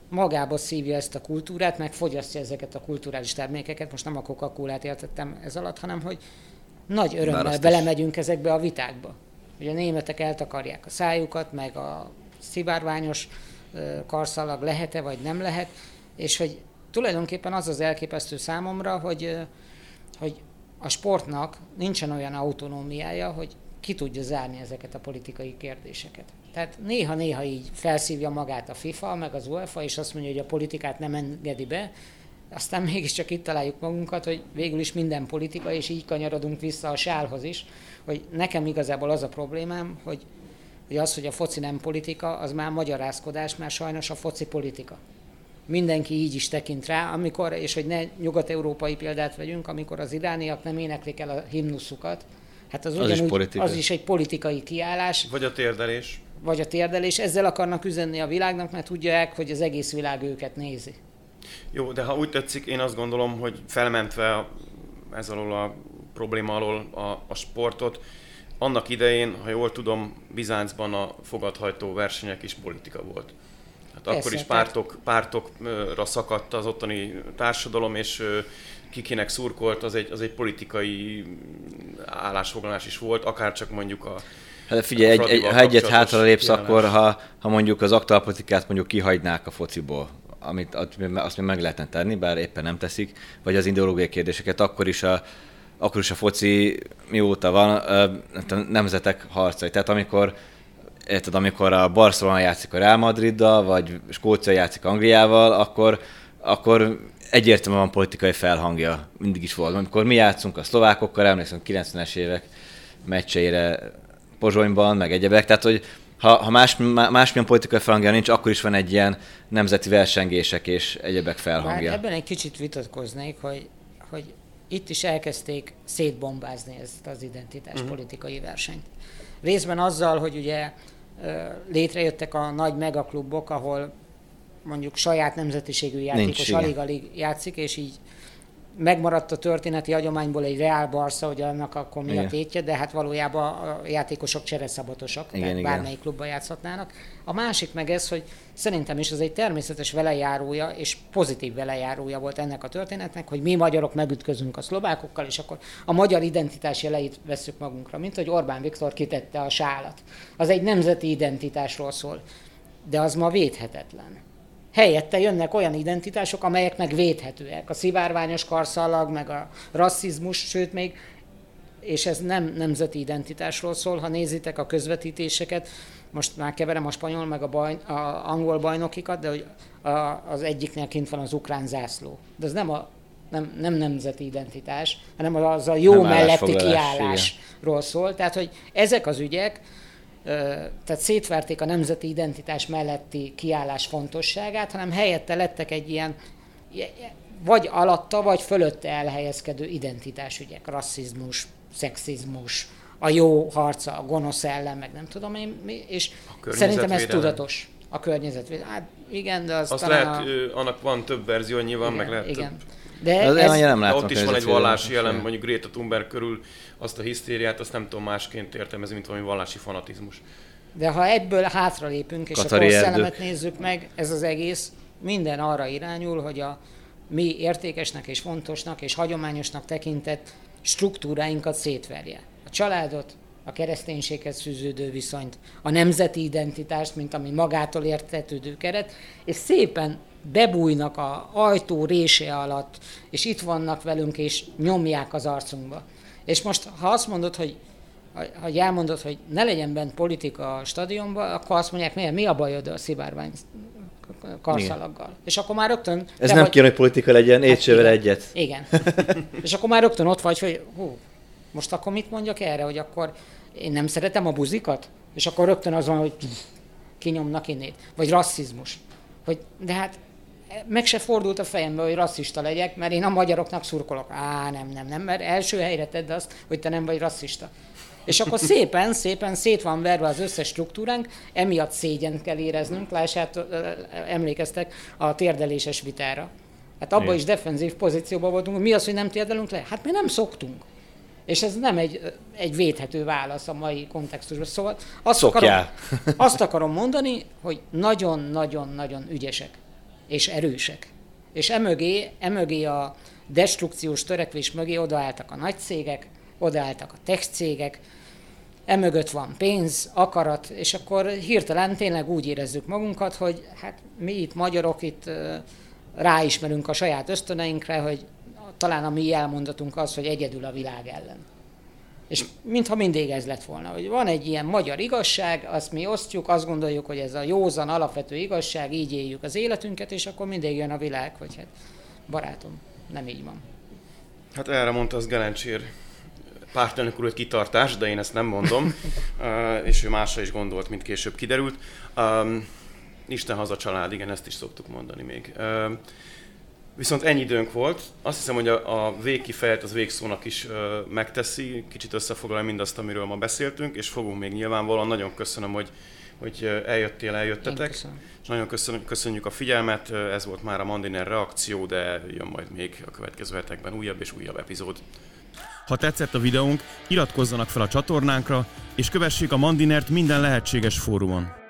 magába szívja ezt a kultúrát, meg fogyasztja ezeket a kulturális termékeket. Most nem a Coca-Colát értettem ez alatt, hanem hogy nagy örömmel belemegyünk ezekbe a vitákba. Ugye a németek eltakarják a szájukat, meg a szivárványos karszalag lehet-e, vagy nem lehet, és hogy tulajdonképpen az az elképesztő számomra, hogy, hogy a sportnak nincsen olyan autonómiája, hogy ki tudja zárni ezeket a politikai kérdéseket. Tehát néha-néha így felszívja magát a FIFA, meg az UEFA, és azt mondja, hogy a politikát nem engedi be, aztán mégiscsak itt találjuk magunkat, hogy végül is minden politika, és így kanyarodunk vissza a sálhoz is, hogy nekem igazából az a problémám, hogy, hogy az, hogy a foci nem politika, az már magyarázkodás, mert sajnos a foci politika. Mindenki így is tekint rá, amikor, és hogy ne nyugat-európai példát vegyünk, amikor az irániak nem éneklik el a himnuszukat, hát az, az, ugyanúgy, is az is egy politikai kiállás. Vagy a térdelés. Vagy a térdelés. Ezzel akarnak üzenni a világnak, mert tudják, hogy az egész világ őket nézi. Jó, de ha úgy tetszik, én azt gondolom, hogy felmentve ez alól a probléma alól a, a sportot, annak idején, ha jól tudom, Bizáncban a fogadhajtó versenyek is politika volt. Hát Persze, akkor is pártok, pártokra szakadt az ottani társadalom, és kikinek szurkolt, az egy, az egy politikai állásfoglalás is volt, akár csak mondjuk a Hát figyelj, egy, egy, ha egyet hátra lépsz, akkor ha, ha mondjuk az aktuálpolitikát mondjuk kihagynák a fociból, amit azt még meg lehetne tenni, bár éppen nem teszik, vagy az ideológiai kérdéseket, akkor is a, akkor is a foci mióta van, a nemzetek harcai. Tehát amikor, érted, amikor a Barcelona játszik a Real Madriddal, vagy Skócia játszik Angliával, akkor, akkor egyértelműen van politikai felhangja, mindig is volt. Amikor mi játszunk a szlovákokkal, emlékszem kilencvenes évek meccseire Pozsonyban, meg egyebek, tehát hogy ha, ha más, másmilyen politikai felhangja nincs, akkor is van egy ilyen nemzeti versengések és egyebek felhangja. Már ebben egy kicsit vitatkoznék, hogy, hogy itt is elkezdték szétbombázni ezt az identitáspolitikai uh-huh. versenyt. Részben azzal, hogy ugye létrejöttek a nagy megaklubok, ahol mondjuk saját nemzetiségű játékos alig-alig játszik, és így megmaradt a történeti hagyományból egy Real Barca, hogy annak akkor mi a tétje, de hát valójában a játékosok csereszabatosak, igen, tehát igen. bármelyik klubban játszhatnának. A másik meg ez, hogy szerintem is ez egy természetes velejárója, és pozitív velejárója volt ennek a történetnek, hogy mi magyarok megütközünk a szlovákokkal, és akkor a magyar identitás jeleit vesszük magunkra, mint hogy Orbán Viktor kitette a sálat. Az egy nemzeti identitásról szól, de az ma védhetetlen. Helyette jönnek olyan identitások, amelyek meg védhetőek. A szivárványos karszalag, meg a rasszizmus, sőt még, és ez nem nemzeti identitásról szól, ha nézitek a közvetítéseket, most már keverem a spanyol, meg a, baj, a angol bajnokikat, de hogy a, az egyiknél kint van az ukrán zászló. De ez nem, a, nem, nem nemzeti identitás, hanem az a jó nem melletti kiállásról szól. Tehát, hogy ezek az ügyek, tehát szétverték a nemzeti identitás melletti kiállás fontosságát, hanem helyette lettek egy ilyen vagy alatta, vagy fölötte elhelyezkedő identitásügyek, rasszizmus, szexizmus, a jó harca, a gonosz ellen, meg nem tudom én, és szerintem ez tudatos. A környezetvédelem. Hát igen, de az azt lehet, a... annak van több verzió, nyilván igen, meg lehet igen. több. De, ez, ez, nem de ott is van egy vallási jelen, mondjuk Greta Thunberg körül azt a hisztériát, azt nem tudom másként értelmezni, mint valami vallási fanatizmus. De ha ebből hátralépünk, és Katari akkor a szellemet nézzük meg, ez az egész minden arra irányul, hogy a mi értékesnek és fontosnak és hagyományosnak tekintett struktúráinkat szétverje. A családot, a kereszténységhez fűződő viszonyt, a nemzeti identitást, mint ami magától értetődő keret, és szépen bebújnak a ajtó része alatt, és itt vannak velünk, és nyomják az arcunkba. És most, ha azt mondod, hogy ha elmondod, hogy ne legyen bent politika a stadionban, akkor azt mondják, miért, mi a bajod a szivárvány karszalaggal. És akkor már rögtön... Ez nem vagy, kéne, hogy politika legyen, étsővel hát egyet. Igen. És akkor már rögtön ott vagy, hogy hú, most akkor mit mondjak erre, hogy akkor én nem szeretem a buzikat? És akkor rögtön az van, hogy kinyomnak innét. Vagy rasszizmus. Hogy, de hát meg se fordult a fejembe, hogy rasszista legyek, mert én a magyaroknak szurkolok. Á, nem, nem, nem, mert első helyre tedd azt, hogy te nem vagy rasszista. És akkor szépen, szépen szét van verve az összes struktúránk, emiatt szégyent kell éreznünk, lását, emlékeztek a térdeléses vitára. Hát abban is defenzív pozícióban voltunk, mi az, hogy nem térdelünk le? Hát mi nem szoktunk. És ez nem egy, egy védhető válasz a mai kontextusban. Szóval azt akarom, azt akarom mondani, hogy nagyon-nagyon-nagyon ügyesek. és erősek. És emögé, emögé a destrukciós törekvés mögé odaálltak a nagy cégek, odaálltak a tech cégek, emögött van pénz, akarat, és akkor hirtelen tényleg úgy érezzük magunkat, hogy hát mi itt magyarok itt ráismerünk a saját ösztöneinkre, hogy talán a mi elmondatunk az, hogy egyedül a világ ellen. És mintha mindig ez lett volna, hogy van egy ilyen magyar igazság, azt mi osztjuk, azt gondoljuk, hogy ez a józan, alapvető igazság, így éljük az életünket, és akkor mindig jön a világ, hogy hát barátom, nem így van. Hát erre mondta az Gelencsér pártelnök úr, hogy kitartás, de én ezt nem mondom, és ő másra is gondolt, mint később kiderült. Isten haza család, igen, ezt is szoktuk mondani még. Viszont ennyi időnk volt. Azt hiszem, hogy a, a végkifejlet az végszónak is uh, megteszi, kicsit összefoglalja mindazt, amiről ma beszéltünk, és fogunk még nyilvánvalóan. Nagyon köszönöm, hogy, hogy eljöttél, eljöttetek. És nagyon köszönjük, köszönjük a figyelmet. Ez volt már a Mandiner reakció, de jön majd még a következő hetekben újabb és újabb epizód. Ha tetszett a videónk, iratkozzanak fel a csatornánkra, és kövessék a Mandinert minden lehetséges fórumon.